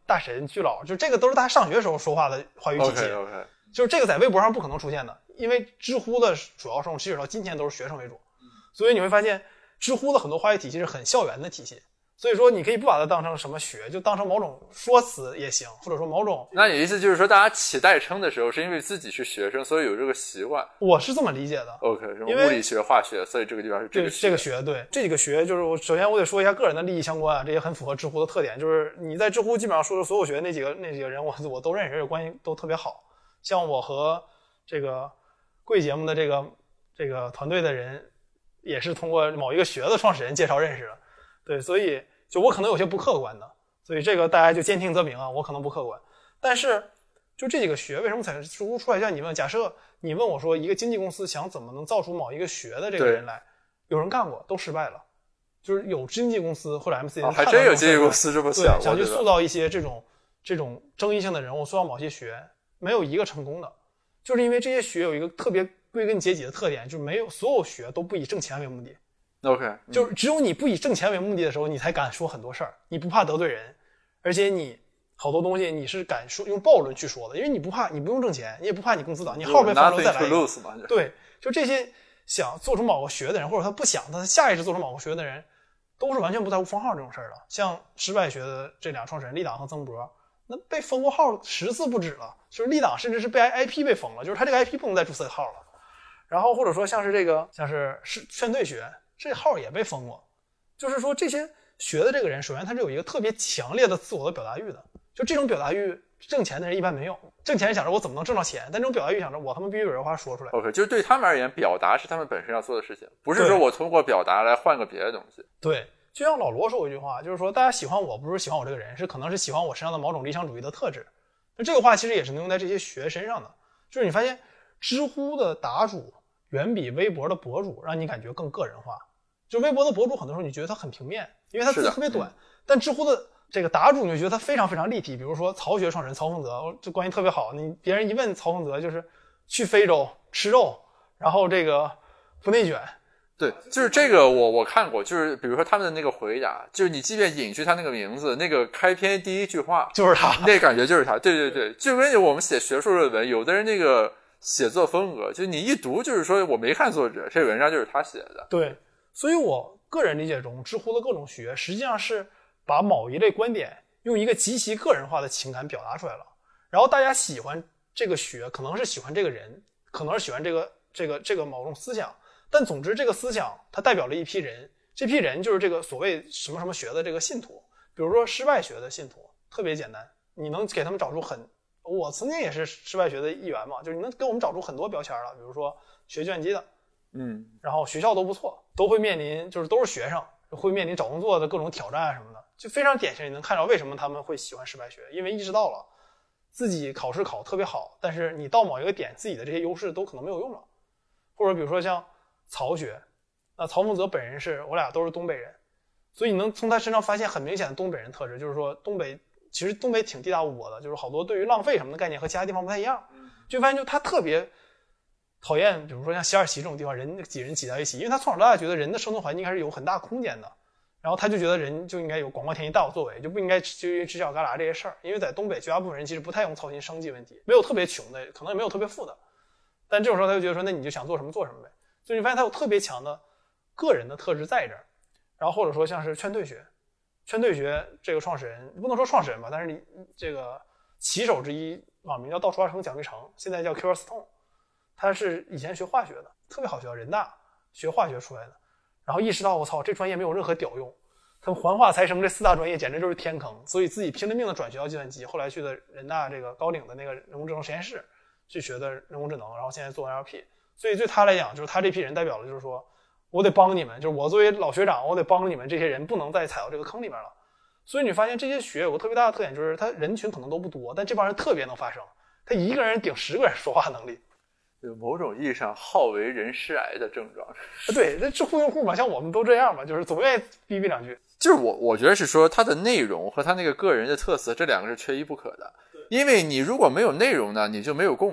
大神巨佬，就这个都是他上学时候说话的话语体系。 OK OK， 就是这个在微博上不可能出现的，因为知乎的主要受众其实到今天都是学生为主，所以你会发现知乎的很多话语体系是很校园的体系。所以说你可以不把它当成什么学，就当成某种说辞也行，或者说某种。 那你意思就是说大家起代称的时候是因为自己是学生所以有这个习惯？ 我是这么理解的。 OK， 什么物理学化学，所以这个地方是这个学。 这个学对这几个学，就是我首先我得说一下个人的利益相关啊，这也很符合知乎的特点，就是你在知乎基本上说的所有学那几个那几个人我我都认识，关系都特别好，像我和这个贵节目的这个这个团队的人也是通过某一个学的创始人介绍认识的。对，所以就我可能有些不客观的，所以这个大家就兼听则明啊，我可能不客观。但是就这几个学为什么才知乎出来？像你问，假设你问我说一个经纪公司想怎么能造出某一个学的这个人来，有人干过，都失败了。就是有经纪公司或者 M C N、哦、 还真有经纪公司这么想， 对，想去塑造一些这种这种争议性的人物，塑造某些学，没有一个成功的，就是因为这些学有一个特别归根结底的特点，就是没有所有学都不以挣钱为目的。 OK，嗯、 就是只有你不以挣钱为目的的时候，你才敢说很多事儿，你不怕得罪人，而且你好多东西你是敢说用暴论去说的，因为你不怕，你不用挣钱，你也不怕你公司倒，你号被封了再来一个。对，就这些想做出某个学的人，或者他不想他下意识做出某个学的人，都是完全不在乎封号这种事儿的。像失败学的这俩创始人立党和曾博，那被封过号十次不止了，就是立党甚至是被 I P 被封了，就是他这个 I P 不能再注册号了。然后或者说像是这个像是是劝退学，这号也被封过。就是说这些学的这个人，首先他是有一个特别强烈的自我的表达欲的，就这种表达欲挣钱的人一般没有，挣钱想着我怎么能挣到钱，但这种表达欲想着我他妈必须有人话说出来。 OK， 就是对他们而言，表达是他们本身要做的事情，不是说我通过表达来换个别的东西。 对，就像老罗说过一句话，就是说大家喜欢我不是喜欢我这个人，是可能是喜欢我身上的某种理想主义的特质。那这个话其实也是能用在这些学身上的，就是你发现知乎的答主远比微博的博主让你感觉更个人化。就微博的博主很多时候你觉得他很平面，因为他字特别短、嗯、但知乎的这个答主你就觉得他非常非常立体。比如说曹学创始人曹凤泽，这关系特别好，你别人一问曹凤泽就是去非洲吃肉，然后这个不内卷。 对，就是这个我我看过，就是比如说他们的那个回答，就是你即便隐去他那个名字，那个开篇第一句话就是他， 那感觉就是他。对对对，就跟我们写学术论文，有的人那个写作风格，就你一读就是说我没看作者，这文章就是他写的。 对，所以我个人理解中，知乎的各种学实际上是把某一类观点用一个极其个人化的情感表达出来了，然后大家喜欢这个学，可能是喜欢这个人，可能是喜欢这个这个这个某种思想，但总之这个思想它代表了一批人，这批人就是这个所谓什么什么学的这个信徒。比如说失败学的信徒特别简单，你能给他们找出很，我曾经也是失败学的一员嘛，就是你能给我们找出很多标签了，比如说学计算机的， 嗯， 然后学校都不错，都会面临就是都是学生，会面临找工作的各种挑战什么的，就非常典型。你能看到为什么他们会喜欢失败学，因为意识到了自己考试考特别好，但是你到某一个点自己的这些优势都可能没有用了。或者比如说像曹学，那曹凤泽本人是我俩都是东北人，所以你能从他身上发现很明显的东北人特质，就是说东北其实东北挺地大物博的，就是好多对于浪费什么的概念和其他地方不太一样，就发现就他特别讨厌比如说像西二旗这种地方人挤人挤在一起，因为他从小到大觉得人的生存环境应该是有很大空间的，然后他就觉得人就应该有广阔天地大有作为，就不应该就因为犄角旮旯这些事儿。因为在东北绝大部分人其实不太用操心生计问题，没有特别穷的，可能也没有特别富的，但这种时候他就觉得说那你就想做什么做什么呗。所以你发现他有特别强的个人的特质在这儿。然后或者说像是劝退学，劝退学这个创始人不能说创始人吧，但是你这个旗手之一网名叫倒数二成蒋玉成，现在叫 Q R Stone， 他是以前学化学的，特别好学，人大学化学出来的，然后意识到我操这专业没有任何屌用，他们环化财生这四大专业简直就是天坑，所以自己拼了命的转学到计算机，后来去的人大这个高岭的那个人工智能实验室去学的人工智能，然后现在做 N L P。 所以对他来讲，就是他这批人代表了就是说我得帮你们，就是我作为老学长我得帮着你们这些人不能再踩到这个坑里面了。所以你发现这些学有个特别大的特点，就是他人群可能都不多，但这帮人特别能发声，他一个人顶十个人说话能力， 有某种意义上好为人师癌的症状。 对，这知乎用户嘛，像我们都这样嘛，就是总愿意逼逼两句。 就是我我觉得是说它的内容和它那个个人的特色，这两个是缺一不可的。因为你如果没有内容呢，你就没有共鸣。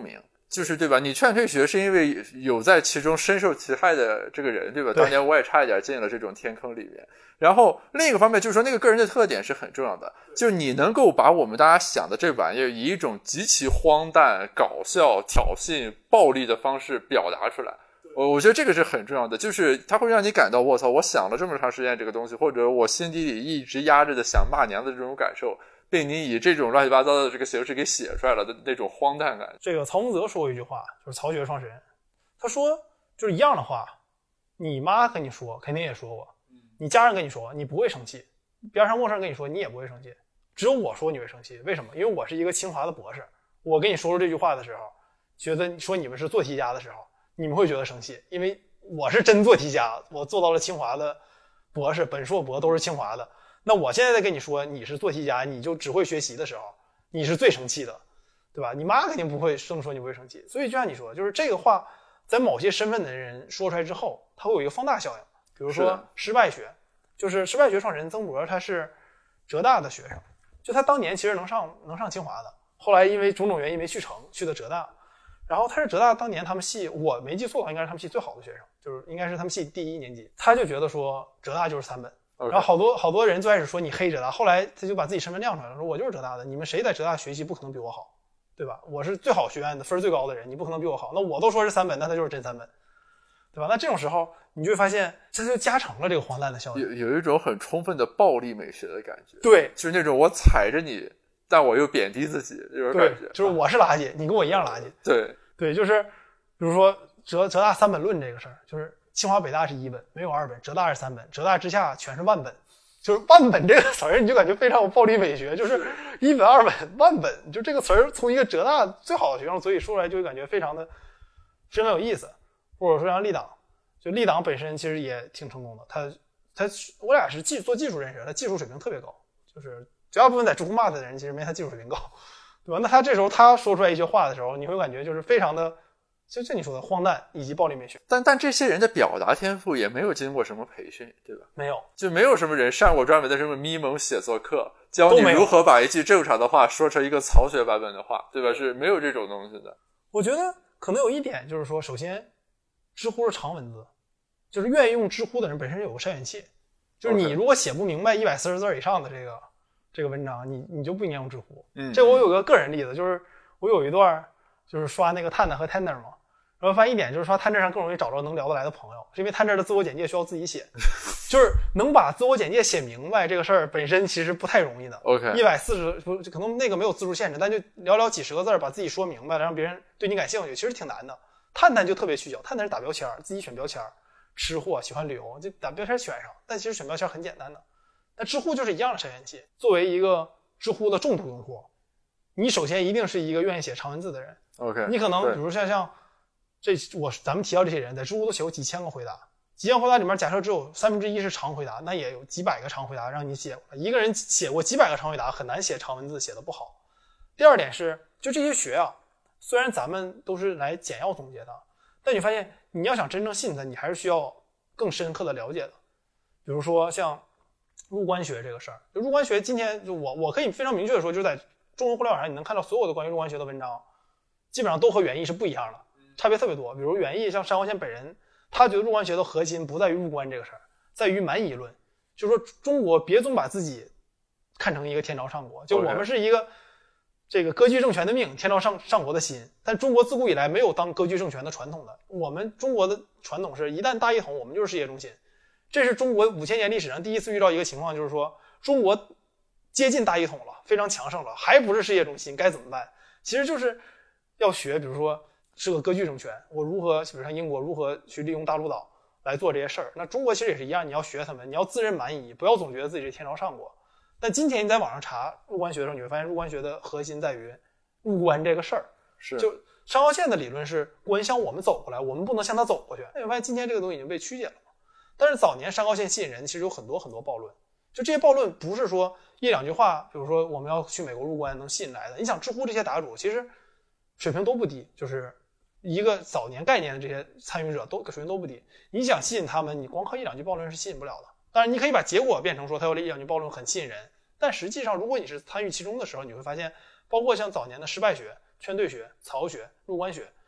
就是对吧？你劝退学是因为有在其中深受其害的这个人，对吧？ 对当年我也差一点进了这种天坑里面。然后另一个方面就是说，那个个人的特点是很重要的，就是你能够把我们大家想的这玩意儿以一种极其荒诞、搞笑、挑衅、暴力的方式表达出来。我我觉得这个是很重要的，就是它会让你感到我操，我想了这么长时间这个东西，或者我心底里一直压着的想骂娘的这种感受，被你以这种乱七八糟的这个形式给写出来了的那种荒诞感。 这个曹洪泽说过一句话，就是曹学创始人，他说就是一样的话，你妈跟你说肯定也说过，你家人跟你说你不会生气，边上陌生人跟你说你也不会生气，只有我说你会生气。为什么？因为我是一个清华的博士，我跟你说出这句话的时候，觉得说你们是做题家的时候，你们会觉得生气，因为我是真做题家，我做到了清华的博士，本硕博都是清华的。那我现在在跟你说你是做题家，你就只会学习的时候，你是最生气的，对吧？你妈肯定不会这么说，你不会生气。所以就像你说，就是这个话在某些身份的人说出来之后，它会有一个放大效应。比如说失败学，就是失败学创始人曾博，他是浙大的学生，就他当年其实能上能上清华的，后来因为种种原因没去成，去的浙大。然后他是浙大当年他们系，我没记错的话应该是他们系最好的学生，就是应该是他们系第一年级。他就觉得说浙大就是三本， okay. 然后好多好多人最开始说你黑浙大，后来他就把自己身份亮出来了，说我就是浙大的，你们谁在浙大学习不可能比我好，对吧？我是最好学院的分最高的人，你不可能比我好。那我都说是三本，那他就是真三本，对吧？那这种时候你就会发现这就加成了这个荒诞的效应， 有有一种很充分的暴力美学的感觉。 对， 就是那种我踩着你但我又贬低自己这种感觉， 就是我是垃圾，你跟我一样垃圾。 对对，就是比如说浙浙大三本论这个事儿，就是清华北大是一本，没有二本，浙大是三本，浙大之下全是万本。就是万本这个词儿，你就感觉非常有暴力美学，就是一本二本万本，就这个词儿从一个浙大最好的学生嘴里说出来，就感觉非常的非常有意思。或者说像立党，就立党本身其实也挺成功的，他他我俩是技做技术认识，他技术水平特别高，就是绝大部分在知乎骂他的人其实没他技术水平高，对吧？那他这时候他说出来一句话的时候，你会感觉就是非常的，就像你说的荒诞以及暴力美学。 但但这些人的表达天赋也没有经过什么培训，对吧？ 没有， 就没有什么人上过专门的什么咪蒙写作课，教你如何把一句正常的话说成一个曹学版本的话，对吧？是没有这种东西的。 我觉得可能有一点就是说，首先知乎是长文字，就是愿意用知乎的人本身有个筛选器，就是你如果写不明白一百四十字以上的这个这个文章，你你就不应该用知乎。 嗯， 这个我有个个人例子，就是我有一段就是刷那个探探和 Tinder 嘛，然后发现一点就是刷 Tinder 上更容易找着能聊得来的朋友，是因为 Tinder 的自我简介需要自己写，就是能把自我简介写明白这个事儿本身其实不太容易的。 OK， 一百四十不可能那个没有字数限制，但就寥寥几十个字把自己说明白了，让别人对你感兴趣，其实挺难的。探探就特别取巧，探探是打标签，自己选标签，吃货喜欢旅游就打标签选上，但其实选标签很简单的。那知乎就是一样的筛选器，作为一个知乎的重度用户，你首先一定是一个愿意写长文字的人。 OK， 你可能比如像像这我咱们提到这些人在知乎都写过几千个回答，几千回答里面假设只有三分之一是长回答，那也有几百个长回答让你写。一个人写过几百个长回答很难写长文字写得不好。第二点是就这些学啊，虽然咱们都是来简要总结的，但你发现你要想真正信它，你还是需要更深刻的了解的。比如说像入关学这个事儿，就入关学今天就我我可以非常明确的说，就是在中国互联网上你能看到所有的关于入关学的文章，基本上都和原意是不一样的，差别特别多。比如原意像单韁贤本人，他觉得入关学的核心不在于入关这个事儿，在于蛮夷论，就是说中国别总把自己看成一个天朝上国，就我们是一个这个割据政权的命，天朝上上国的心。但中国自古以来没有当割据政权的传统的，我们中国的传统是一旦大一统，我们就是世界中心。这是中国五千年历史上第一次遇到一个情况，就是说中国接近大一统了，非常强盛了，还不是世界中心，该怎么办？其实就是要学，比如说是个割据政权，我如何，比如像英国如何去利用大陆岛来做这些事儿。那中国其实也是一样，你要学他们，你要自认蛮夷，不要总觉得自己是天朝上国。但今天你在网上查入关学的时候，你会发现入关学的核心在于入关这个事儿。 是， 就单韁贤的理论是关向我们走过来，我们不能向他走过去。那你会发现今天这个东西已经被曲解了。但是早年单韁贤吸引人其实有很多很多暴论，就这些暴论不是说一两句话，比如说我们要去美国入关能吸引来的。你想知乎这些答主其实水平都不低，就是一个早年概念的这些参与者都水平都不低，你想吸引他们，你光靠一两句暴论是吸引不了的。当然你可以把结果变成说他有一两句暴论很吸引人，但实际上如果你是参与其中的时候，你会发现包括像早年的失败学、劝退学、曹学、入关学，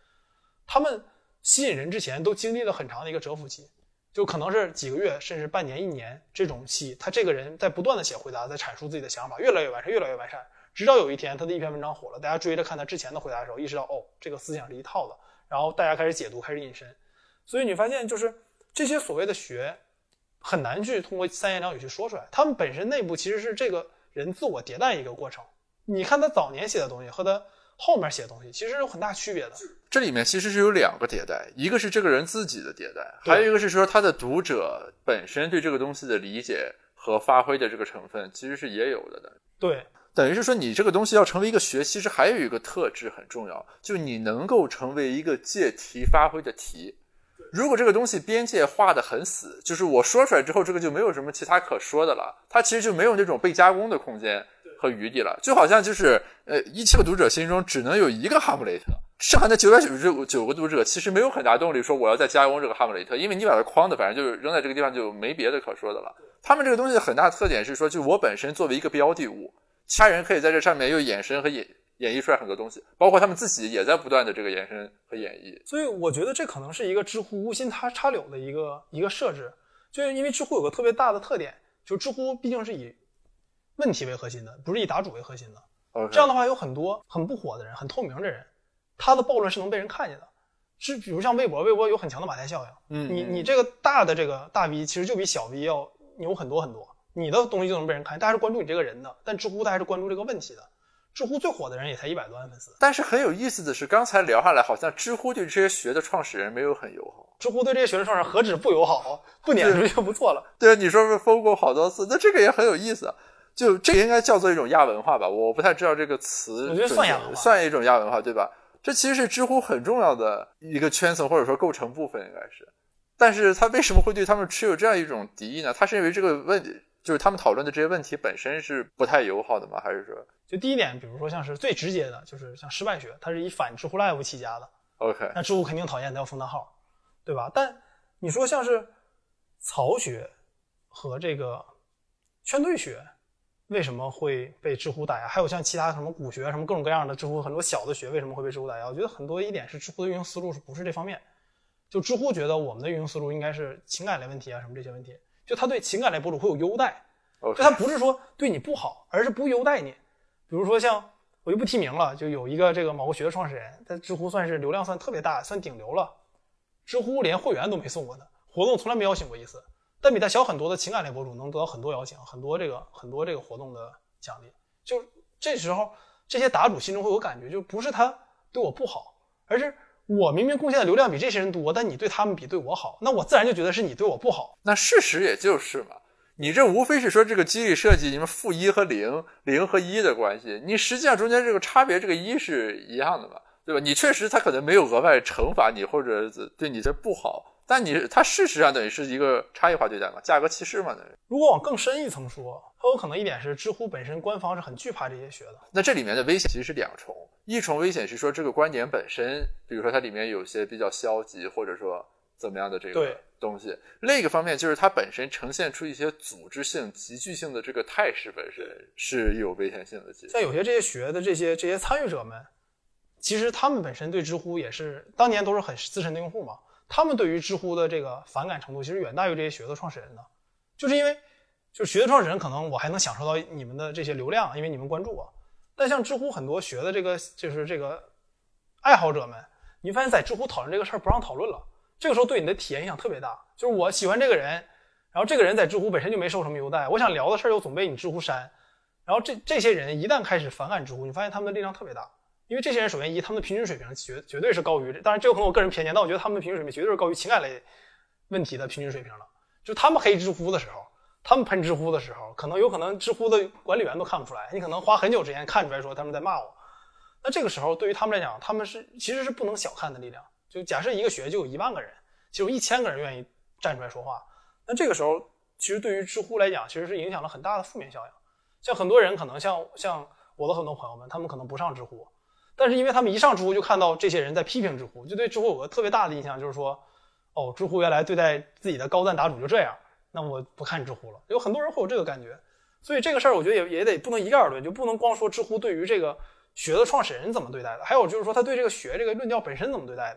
他们吸引人之前都经历了很长的一个蛰伏期，就可能是几个月甚至半年一年这种期，他这个人在不断的写回答，在阐述自己的想法，越来越完善越来越完善，直到有一天他的一篇文章火了，大家追着看他之前的回答的时候，意识到哦，这个思想是一套的，然后大家开始解读，开始引申。所以你发现就是这些所谓的学很难去通过三言两语去说出来，他们本身内部其实是这个人自我迭代一个过程。你看他早年写的东西和他后面写的东西其实有很大区别的。 这里面其实是有两个迭代，一个是这个人自己的迭代，还有一个是说他的读者本身对这个东西的理解和发挥的这个成分其实是也有的的。 对， 等于是说你这个东西要成为一个学，其实还有一个特质很重要，就是你能够成为一个借题发挥的题。如果这个东西边界画得很死，就是我说出来之后这个就没有什么其他可说的了，它其实就没有那种被加工的空间和余地了，就好像就是呃一千个读者心中只能有一个哈姆雷特，剩下的九百九十九个读者其实没有很大动力说我要再加工这个哈姆雷特，因为你把它框的反正就是扔在这个地方就没别的可说的了。他们这个东西的很大特点是说，就我本身作为一个标的物，其他人可以在这上面又衍生和演演绎出来很多东西，包括他们自己也在不断的这个延伸和演绎。 所以我觉得这可能是一个知乎无心插插柳的一个一个设置，就是因为知乎有个特别大的特点，就是知乎毕竟是以问题为核心的，不是以答主为核心的。 Okay. 这样的话，有很多很不火的人，很透明的人，他的暴论是能被人看见的。是比如像微博，微博有很强的马太效应。 嗯， 你你这个大的这个大 V 其实就比小 V 要牛很多很多，你的东西就能被人看见，大家是关注你这个人的，但知乎大家是关注这个问题的。知乎最火的人也才一百多万粉丝。 但是很有意思的是，刚才聊下来，好像知乎对这些学的创始人没有很友好。 知乎对这些学的创始人何止不友好，不撵出去就不错了。 对，你说是封过好多次，那这个也很有意思。就这个应该叫做一种亚文化吧，我不太知道这个词。 我觉得算亚文化， 算一种亚文化，对吧？这其实是知乎很重要的一个圈层，或者说构成部分应该是。但是他为什么会对他们持有这样一种敌意呢？他是认为这个问题，就是他们讨论的这些问题本身是不太友好的吗？还是说？ 就第一点，比如说像是最直接的，就是像失败学，它是以反知乎 Live 起家的。 OK， 那知乎肯定讨厌，它要封单号，对吧？但你说像是曹学和这个圈对学，为什么会被知乎打压？还有像其他什么股学什么各种各样的知乎很多小的学为什么会被知乎打压？我觉得很多一点是知乎的运营思路是不是这方面？就知乎觉得我们的运营思路应该是情感类问题啊什么这些问题，就他对情感类博主会有优待， okay. 就他不是说对你不好，而是不优待你。比如说像我就不提名了，就有一个这个某个学的创始人，在知乎算是流量算特别大，算顶流了，知乎连会员都没送过他，活动从来没邀请过一次，但比他小很多的情感类博主能得到很多邀请，很多这个很多这个活动的奖励。就这时候这些答主心中会有感觉，就不是他对我不好，而是我明明贡献的流量比这些人多，但你对他们比对我好，那我自然就觉得是你对我不好。 那事实也就是嘛，你这无非是说这个激励设计，你们负一和零，零和一的关系，你实际上中间这个差别，这个一是一样的嘛，对吧？你确实他可能没有额外惩罚你或者对你这不好，但你他事实上等于是一个差异化对待嘛，价格歧视嘛。 如果往更深一层说，很有可能一点是知乎本身官方是很惧怕这些学的。 那这里面的危险其实是两重，一重危险是说这个观点本身，比如说它里面有些比较消极或者说怎么样的这个东西，另一个方面就是它本身呈现出一些组织性集聚性的这个态势本身是有危险性的。 像有些这些学的这些这些参与者们，其实他们本身对知乎也是当年都是很资深的用户嘛，他们对于知乎的这个反感程度其实远大于这些学的创始人的，就是因为就是学的创始人可能我还能享受到你们的这些流量，因为你们关注我，但像知乎很多学的这个就是这个爱好者们，你发现在知乎讨论这个事儿不让讨论了，这个时候对你的体验影响特别大。就是我喜欢这个人，然后这个人在知乎本身就没受什么优待，我想聊的事儿又总被你知乎删，然后这这些人一旦开始反感知乎，你发现他们的力量特别大。因为这些人首先一他们的平均水平绝绝对是高于，当然这有可能我个人偏见，但我觉得他们的平均水平绝对是高于情感类问题的平均水平了。就他们黑知乎的时候，他们喷知乎的时候，可能有可能知乎的管理员都看不出来，你可能花很久时间看出来说他们在骂我。那这个时候对于他们来讲，他们是其实是不能小看的力量。就假设一个学就有一万个人，就有一千个人愿意站出来说话，那这个时候其实对于知乎来讲，其实是影响了很大的负面效应。像很多人可能像像我的很多朋友们，他们可能不上知乎，但是因为他们一上知乎就看到这些人在批评知乎，就对知乎有个特别大的印象，就是说哦，知乎原来对待自己的高赞答主就这样，那我不看知乎了。有很多人会有这个感觉，所以这个事儿我觉得也也得不能一概而论，就不能光说知乎对于这个学的创始人怎么对待的，还有就是说他对这个学这个论调本身怎么对待的。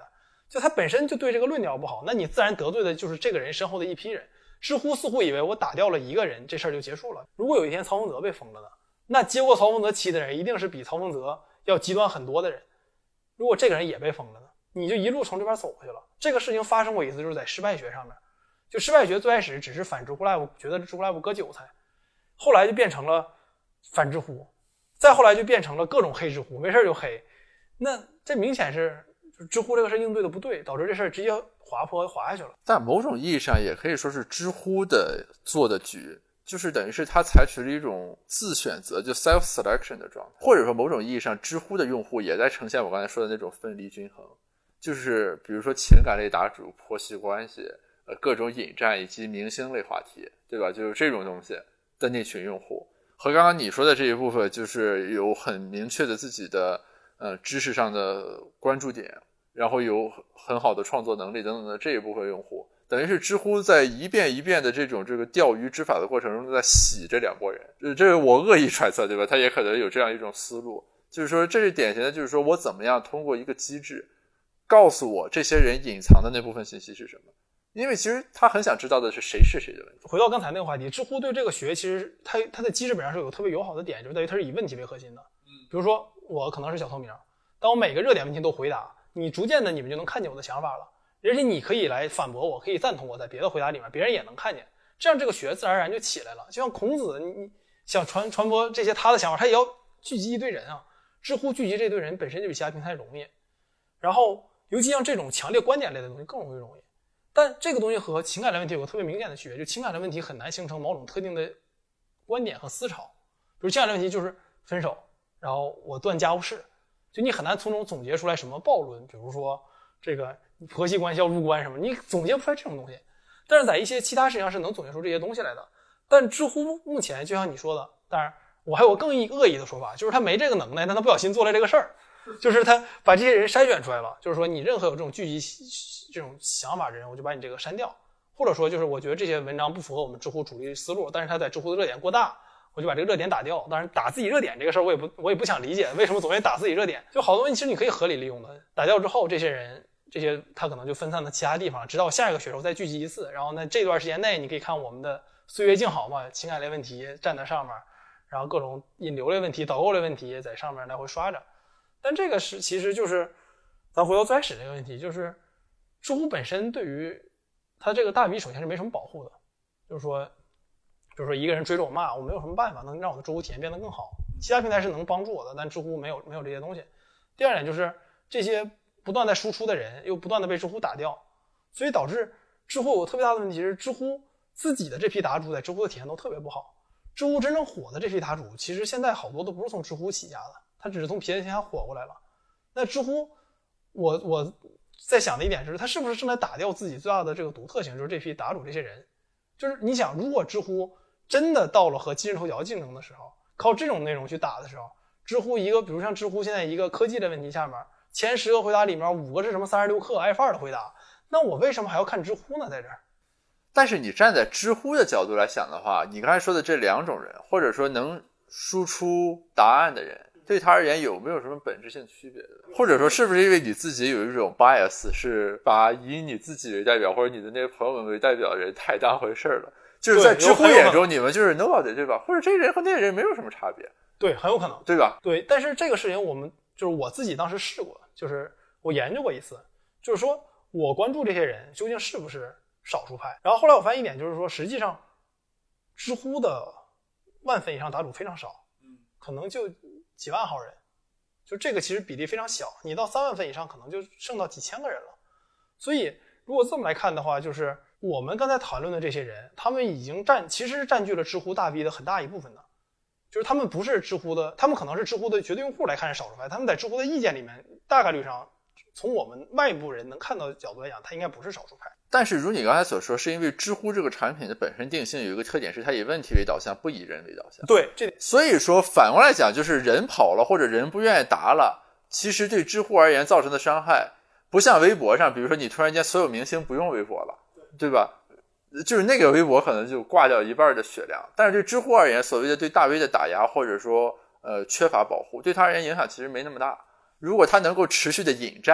就他本身就对这个论调不好，那你自然得罪的就是这个人身后的一批人。知乎似乎以为我打掉了一个人，这事儿就结束了。如果有一天曹丰泽被封了呢？那接过曹丰泽旗的人一定是比曹丰泽要极端很多的人。如果这个人也被封了呢？你就一路从这边走过去了。这个事情发生过一次，就是在失败学上面。就失败学最开始只是反知乎 Live， 觉得知乎 Live 割韭菜，后来就变成了反知乎，再后来就变成了各种黑知乎，没事就黑。那这明显是知乎这个事应对的不对，导致这事直接滑坡滑下去了。 但某种意义上也可以说是知乎的做的局，就是等于是他采取了一种自选择，就 self selection 的状态，或者说某种意义上知乎的用户也在呈现我刚才说的那种分离均衡，就是比如说情感类答主、婆媳关系、呃各种引战以及明星类话题，对吧？就是这种东西的那群用户，和刚刚你说的这一部分就是有很明确的自己的呃知识上的关注点，然后有很好的创作能力等等的这一部分用户，等于是知乎在一遍一遍的这种这个钓鱼执法的过程中在洗这两拨人，这是我恶意揣测，对吧？他也可能有这样一种思路，就是说这是典型的，就是说我怎么样通过一个机制告诉我这些人隐藏的那部分信息是什么，因为其实他很想知道的是谁是谁的问题。 回到刚才那个话题，知乎对这个学其实它它的机制本上是有特别友好的点，就是在于它是以问题为核心的。比如说我可能是小透明，当我每个热点问题都回答，你逐渐的你们就能看见我的想法了，而且你可以来反驳我，可以赞同我在别的回答里面，别人也能看见，这样这个学自然而然就起来了。就像孔子，你你想传传播这些他的想法，他也要聚集一堆人啊。知乎聚集这堆人本身就比其他平台容易，然后尤其像这种强烈观点类的东西更容易容易。但这个东西和情感类问题有个特别明显的区别，就情感类问题很难形成某种特定的观点和思潮。比如情感类问题就是分手，然后我断家务事，就你很难从中总结出来什么暴论，比如说这个婆媳关系要入关什么，你总结不出来这种东西。但是在一些其他事情上是能总结出这些东西来的。但知乎目前就像你说的，当然我还有更恶意的说法，就是他没这个能耐，但他不小心做了这个事儿，就是他把这些人筛选出来了，就是说你任何有这种聚集这种想法的人，我就把你这个删掉，或者说就是我觉得这些文章不符合我们知乎主力思路，但是他在知乎的热点过大，我就把这个热点打掉。当然打自己热点这个事儿我也不我也不想理解为什么总愿意打自己热点，就好多问题其实你可以合理利用的。打掉之后这些人这些他可能就分散到其他地方，直到下一个学周再聚集一次，然后呢这段时间内你可以看我们的岁月静好嘛，情感类问题站在上面，然后各种引流类问题导购类问题在上面来回刷着。但这个是其实就是咱回到最开始这个问题，就是知乎本身对于它这个大 V 首先是没什么保护的，就是说就是说一个人追着我骂，我没有什么办法能让我的知乎体验变得更好，其他平台是能帮助我的，但知乎没有没有这些东西。第二点就是这些不断在输出的人又不断的被知乎打掉，所以导致知乎有特别大的问题是知乎自己的这批答主在知乎的体验都特别不好。知乎真正火的这批答主其实现在好多都不是从知乎起家的，他只是从别的平台火过来了。那知乎我我在想的一点是他是不是正在打掉自己最大的这个独特性，就是这批答主这些人。就是你想如果知乎真的到了和今日头条竞争的时候，靠这种内容去打的时候，知乎一个比如像知乎现在一个科技的问题下面前十个回答里面五个是什么三十六氪 F 二 的回答，那我为什么还要看知乎呢？在这儿但是你站在知乎的角度来想的话，你刚才说的这两种人，或者说能输出答案的人，对他而言有没有什么本质性区别的？或者说是不是因为你自己有一种 bias， 是把以你自己为代表或者你的那些朋友们为代表的人太当回事了，就是在知乎眼中你们就是 nobody， 对吧？或者这人和那人没有什么差别。 对，很有可能， 对吧？ 对，但是这个事情我们就是我自己当时试过，就是我研究过一次，就是说我关注这些人究竟是不是少数派。然后后来我发现一点，就是说实际上知乎的万粉以上答主非常少，可能就几万号人，就这个其实比例非常小，你到三万粉以上可能就剩到几千个人了。所以如果这么来看的话，就是我们刚才谈论的这些人，他们已经占其实是占据了知乎大 V 的很大一部分的，就是他们不是知乎的，他们可能是知乎的绝对用户来看是少数派，他们在知乎的意见里面大概率上从我们外部人能看到的角度来讲，他应该不是少数派。 但是如你刚才所说，是因为知乎这个产品的本身定性有一个特点，是它以问题为导向，不以人为导向。 对，这所以说反过来讲，就是人跑了或者人不愿意答了，其实对知乎而言造成的伤害不像微博上，比如说你突然间所有明星不用微博了，对吧？就是那个微博可能就挂掉一半的血量，但是对知乎而言，所谓的对大 V 的打压或者说呃缺乏保护，对他而言影响其实没那么大。如果他能够持续的引战，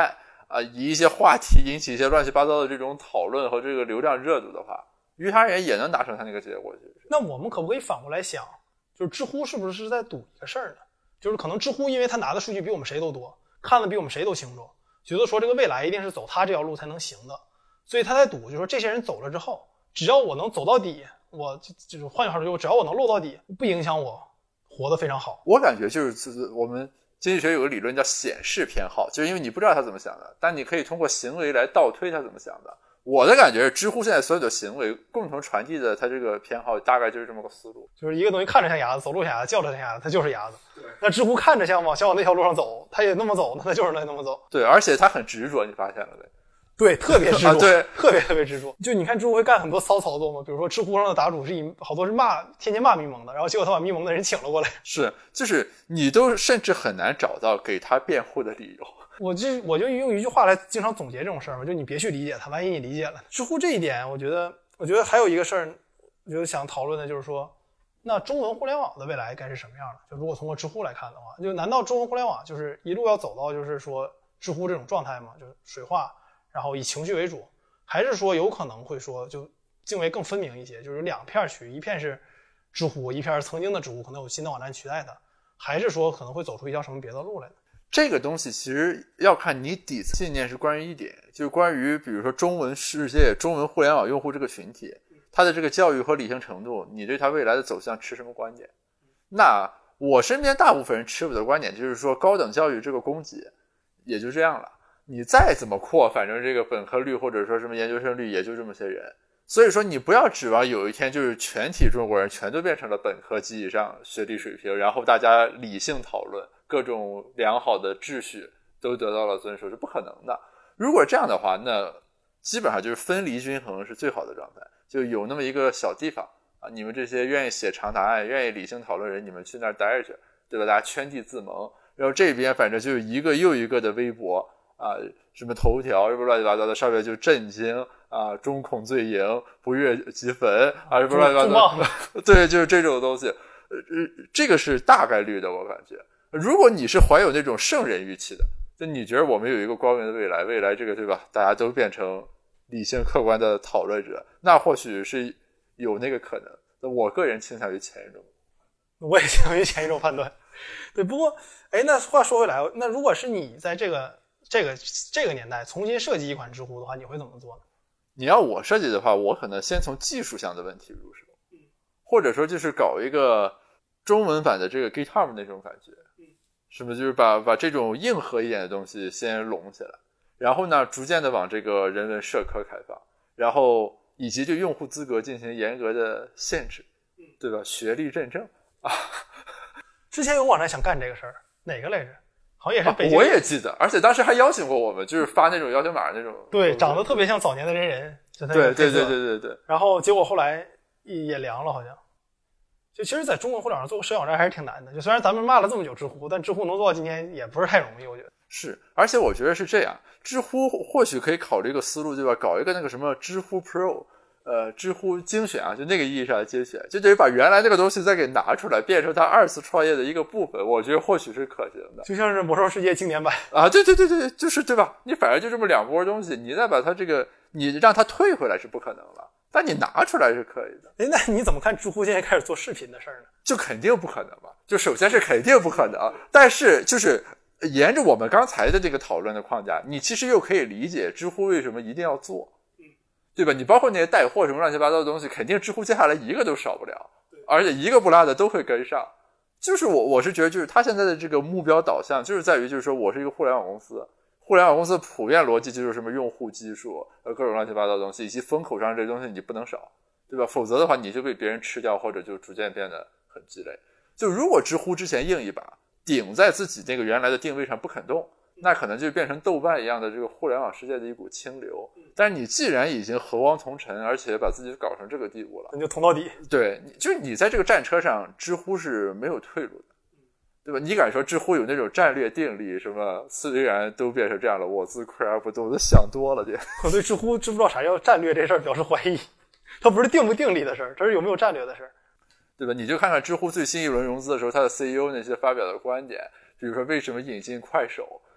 啊，以一些话题引起一些乱七八糟的这种讨论和这个流量热度的话，于他而言也能达成他那个结果。 那我们可不可以反过来想，就是知乎是不是在赌一个事儿呢？就是可能知乎因为他拿的数据比我们谁都多，看的比我们谁都清楚，觉得说这个未来一定是走他这条路才能行的，所以他在赌，就是说这些人走了之后，只要我能走到底，我就是换句话说，只要我能落到底，不影响我活得非常好。 我感觉就是我们经济学有个理论叫显示偏好，就是因为你不知道他怎么想的，但你可以通过行为来倒推他怎么想的。我的感觉是知乎现在所有的行为共同传递的他这个偏好大概就是这么个思路， 就是一个东西看着像鸭子，走路像鸭子，叫着像鸭子，它就是鸭子。那知乎看着像往想往那条路上走，它也那么走，那它就是那么走。 对，而且它很执着，你发现了没？ 对，特别执着、啊、 对， 特别特别执着。就你看知乎会干很多骚操作吗？比如说知乎上的答主是以好多是骂天天骂咪蒙的，然后结果他把咪蒙的人请了过来。 是，就是你都甚至很难找到给他辩护的理由。 我就我就用一句话来经常总结这种事儿嘛，就你别去理解它，万一你理解了。知乎这一点，我觉得，我觉得还有一个事儿，我觉得想讨论的就是说，那中文互联网的未来该是什么样的？就如果通过知乎来看的话，就难道中文互联网就是一路要走到就是说知乎这种状态吗？就是水化，然后以情绪为主，还是说有可能会说就泾渭更分明一些，就是有两片区，一片是知乎，一片是曾经的知乎，可能有新的网站取代它，还是说可能会走出一条什么别的路来呢？ 这个东西其实要看你底层信念是关于一点，就是关于比如说中文世界、中文互联网用户这个群体，他的这个教育和理性程度，你对他未来的走向持什么观点？那我身边大部分人持有的观点就是说，高等教育这个供给也就这样了，你再怎么扩，反正这个本科率或者说什么研究生率也就这么些人，所以说你不要指望有一天就是全体中国人全都变成了本科及以上学历水平，然后大家理性讨论，各种良好的秩序都得到了遵守，是不可能的。如果这样的话，那基本上就是分离均衡是最好的状态，就有那么一个小地方啊，你们这些愿意写长答案、愿意理性讨论人，你们去那儿待着去，对吧？大家圈地自萌，然后这边反正就一个又一个的微博啊，什么头条什么乱七八糟的，上面就震惊啊，中恐罪营，不悦即焚啊，什么乱七八糟的，对，就是这种东西，呃，这个是大概率的，我感觉。如果你是怀有那种圣人预期的，就你觉得我们有一个光明的未来，未来这个对吧，大家都变成理性客观的讨论者，那或许是有那个可能。那我个人倾向于前一种， 我也倾向于前一种判断。对，不过，哎，那话说回来，那如果是你在这个这个这个年代重新设计一款知乎的话，你会怎么做呢？ 你要我设计的话，我可能先从技术上的问题入手，或者说就是搞一个中文版的这个 GitHub 那种感觉。什么就是把把这种硬核一点的东西先拢起来，然后呢逐渐的往这个人文社科开放，然后以及对用户资格进行严格的限制，对吧？学历认证啊。 之前有网站想干这个事儿，哪个来着？好像也是北京、 啊、我也记得，而且当时还邀请过我们，就是发那种邀请码那种， 对，长得特别像早年的人人， 对对对对对对。 然后结果后来也凉了，好像。就其实在中国互联网做个社交网站还是挺难的，就虽然咱们骂了这么久知乎，但知乎能做到今天也不是太容易，我觉得。 是，而且我觉得是这样，知乎或许可以考虑一个思路，对吧？搞一个那个什么知乎 Pro， 呃，知乎精选啊，就那个意义上的精选，就等于把原来那个东西再给拿出来，变成它二次创业的一个部分，我觉得或许是可行的。 就像是魔兽世界经典版啊，对对对对，就是对吧？你反正就这么两波东西，你再把它这个，你让它退回来是不可能了。但你拿出来是可以的。 哎，那你怎么看知乎现在开始做视频的事儿呢？ 就肯定不可能吧？就首先是肯定不可能，但是就是沿着我们刚才的这个讨论的框架，你其实又可以理解知乎为什么一定要做，对吧？你包括那些带货什么乱七八糟的东西，肯定知乎接下来一个都少不了，而且一个不落的都会跟上。就是我我是觉得，就是他现在的这个目标导向，就是在于就是说我是一个互联网公司。互联网公司普遍逻辑就是什么用户基数，呃，各种乱七八糟的东西，以及风口上这些东西你不能少，对吧？否则的话，你就被别人吃掉，或者就逐渐变得很鸡肋。就如果知乎之前硬一把，顶在自己那个原来的定位上不肯动，那可能就变成豆瓣一样的这个互联网世界的一股清流。但是你既然已经和汪同尘，而且把自己搞成这个地步了， 那就同到底。 对，就是你在这个战车上，知乎是没有退路的。对吧？你敢说知乎有那种战略定力？什么虽然都变成这样了，我自愧而不动，我都想多了。这我对知乎知不知道啥叫战略这事儿表示怀疑。它不是定不定力的事儿，这是有没有战略的事儿， 对吧？你就看看知乎最新一轮融资的时候，它的 C E O 那些发表的观点，比如说为什么引进快手，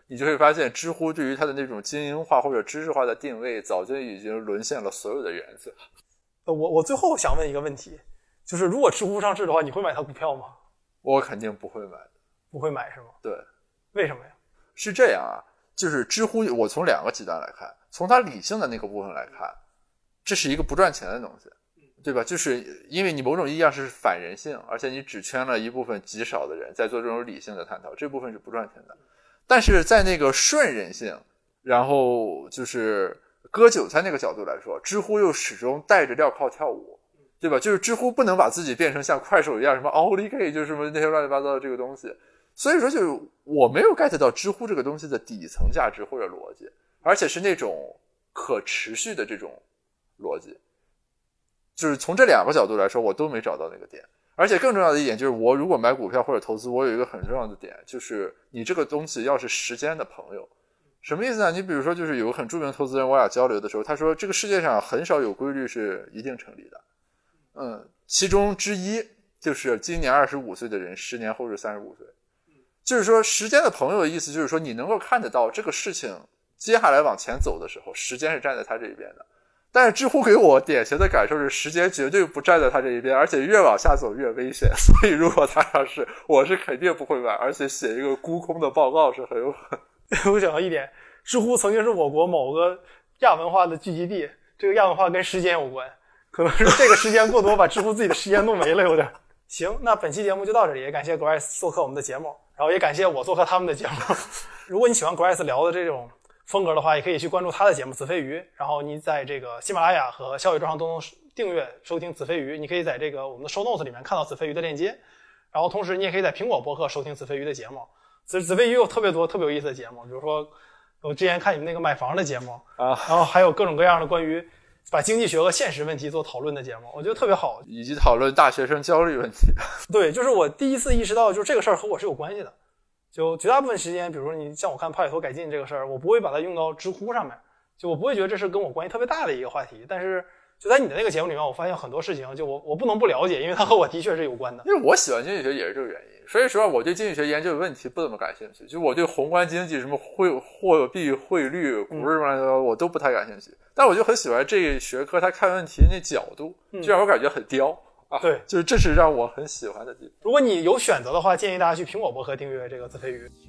你就会发现知乎对于它的那种精英化或者知识化的定位早就已经沦陷了所有的原则。 我我最后想问一个问题，就是如果知乎上市的话，你会买它股票吗？ 我肯定不会买的。 不会买是吗？ 对。 为什么呀？ 是这样啊，就是知乎我从两个极端来看，从它理性的那个部分来看，这是一个不赚钱的东西，对吧？就是因为你某种意义上是反人性，而且你只圈了一部分极少的人在做这种理性的探讨，这部分是不赚钱的。但是在那个顺人性，然后就是割韭菜那个角度来说，知乎又始终带着镣铐跳舞，对吧？就是知乎不能把自己变成像快手一样什么 Only 就是什么那些乱七八糟的这个东西，所以说就是我没有 get 到知乎这个东西的底层价值或者逻辑，而且是那种可持续的这种逻辑，就是从这两个角度来说我都没找到那个点。而且更重要的一点就是，我如果买股票或者投资，我有一个很重要的点，就是你这个东西要是时间的朋友。什么意思呢？你比如说就是有个很著名的投资人我俩交流的时候，他说这个世界上很少有规律是一定成立的，嗯，其中之一就是今年二十五岁的人十年后是三十五岁，就是说时间的朋友的意思就是说你能够看得到这个事情接下来往前走的时候，时间是站在他这一边的。但是知乎给我典型的感受是时间绝对不站在他这一边，而且越往下走越危险，所以如果他要是我是肯定不会买，而且写一个沽空的报告是很有可能。 我想到一点，知乎曾经是我国某个亚文化的聚集地，这个亚文化跟时间有关，可能是这个时间过多把知乎自己的时间弄没了有点。行，那本期节目就到这里，也感谢 Grace 做客我们的节目，然后也感谢我做客他们的节目。如果你喜欢 Grace 聊的这种风格的话，也可以去关注他的节目子非鱼，然后你在这个喜马拉雅和小宇宙上都能订阅收听子非鱼，你可以在这个我们的 show notes 里面看到子非鱼的链接，然后同时你也可以在苹果播客收听子非鱼的节目。子子非鱼有特别多特别有意思的节目，比如说我之前看你们那个买房的节目啊，然后还有各种各样的关于把经济学和现实问题做讨论的节目，我觉得特别好， 以及讨论大学生焦虑问题。 对，就是我第一次意识到就是这个事儿和我是有关系的。就绝大部分时间，比如说你像我看帕里托改进这个事儿，我不会把它用到知乎上面，就我不会觉得这是跟我关系特别大的一个话题。但是就在你的那个节目里面，我发现很多事情就我我不能不了解，因为它和我的确是有关的。 因为我喜欢经济学也是这个原因。所以说我对经济学研究的问题不怎么感兴趣，就我对宏观经济什么汇货币汇率股市什么我都不太感兴趣。但我就很喜欢这个学科，他看问题那角度，就让我感觉很刁。啊， 对， 就是这是让我很喜欢的地方。 如果你有选择的话，建议大家去苹果播客订阅这个子非鱼。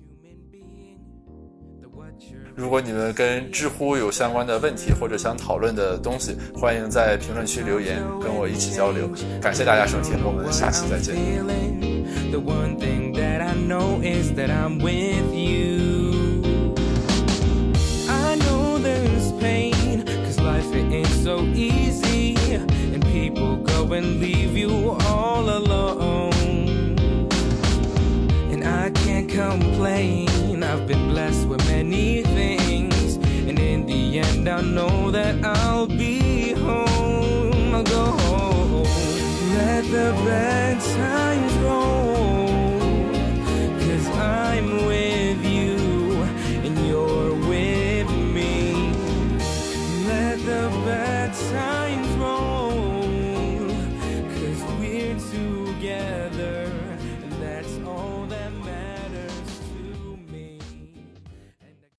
如果你们跟知乎有相关的问题或者想讨论的东西，欢迎在评论区留言跟我一起交流。感谢大家收听，我们下期再见。The one thing that I know is that I'm with you. I know there's pain, cause life it ain't so easy, and people go and leave you all alone. And I can't complain, I've been blessed with many things, and in the end I know that I'll be home. I'll go home. Let the bad times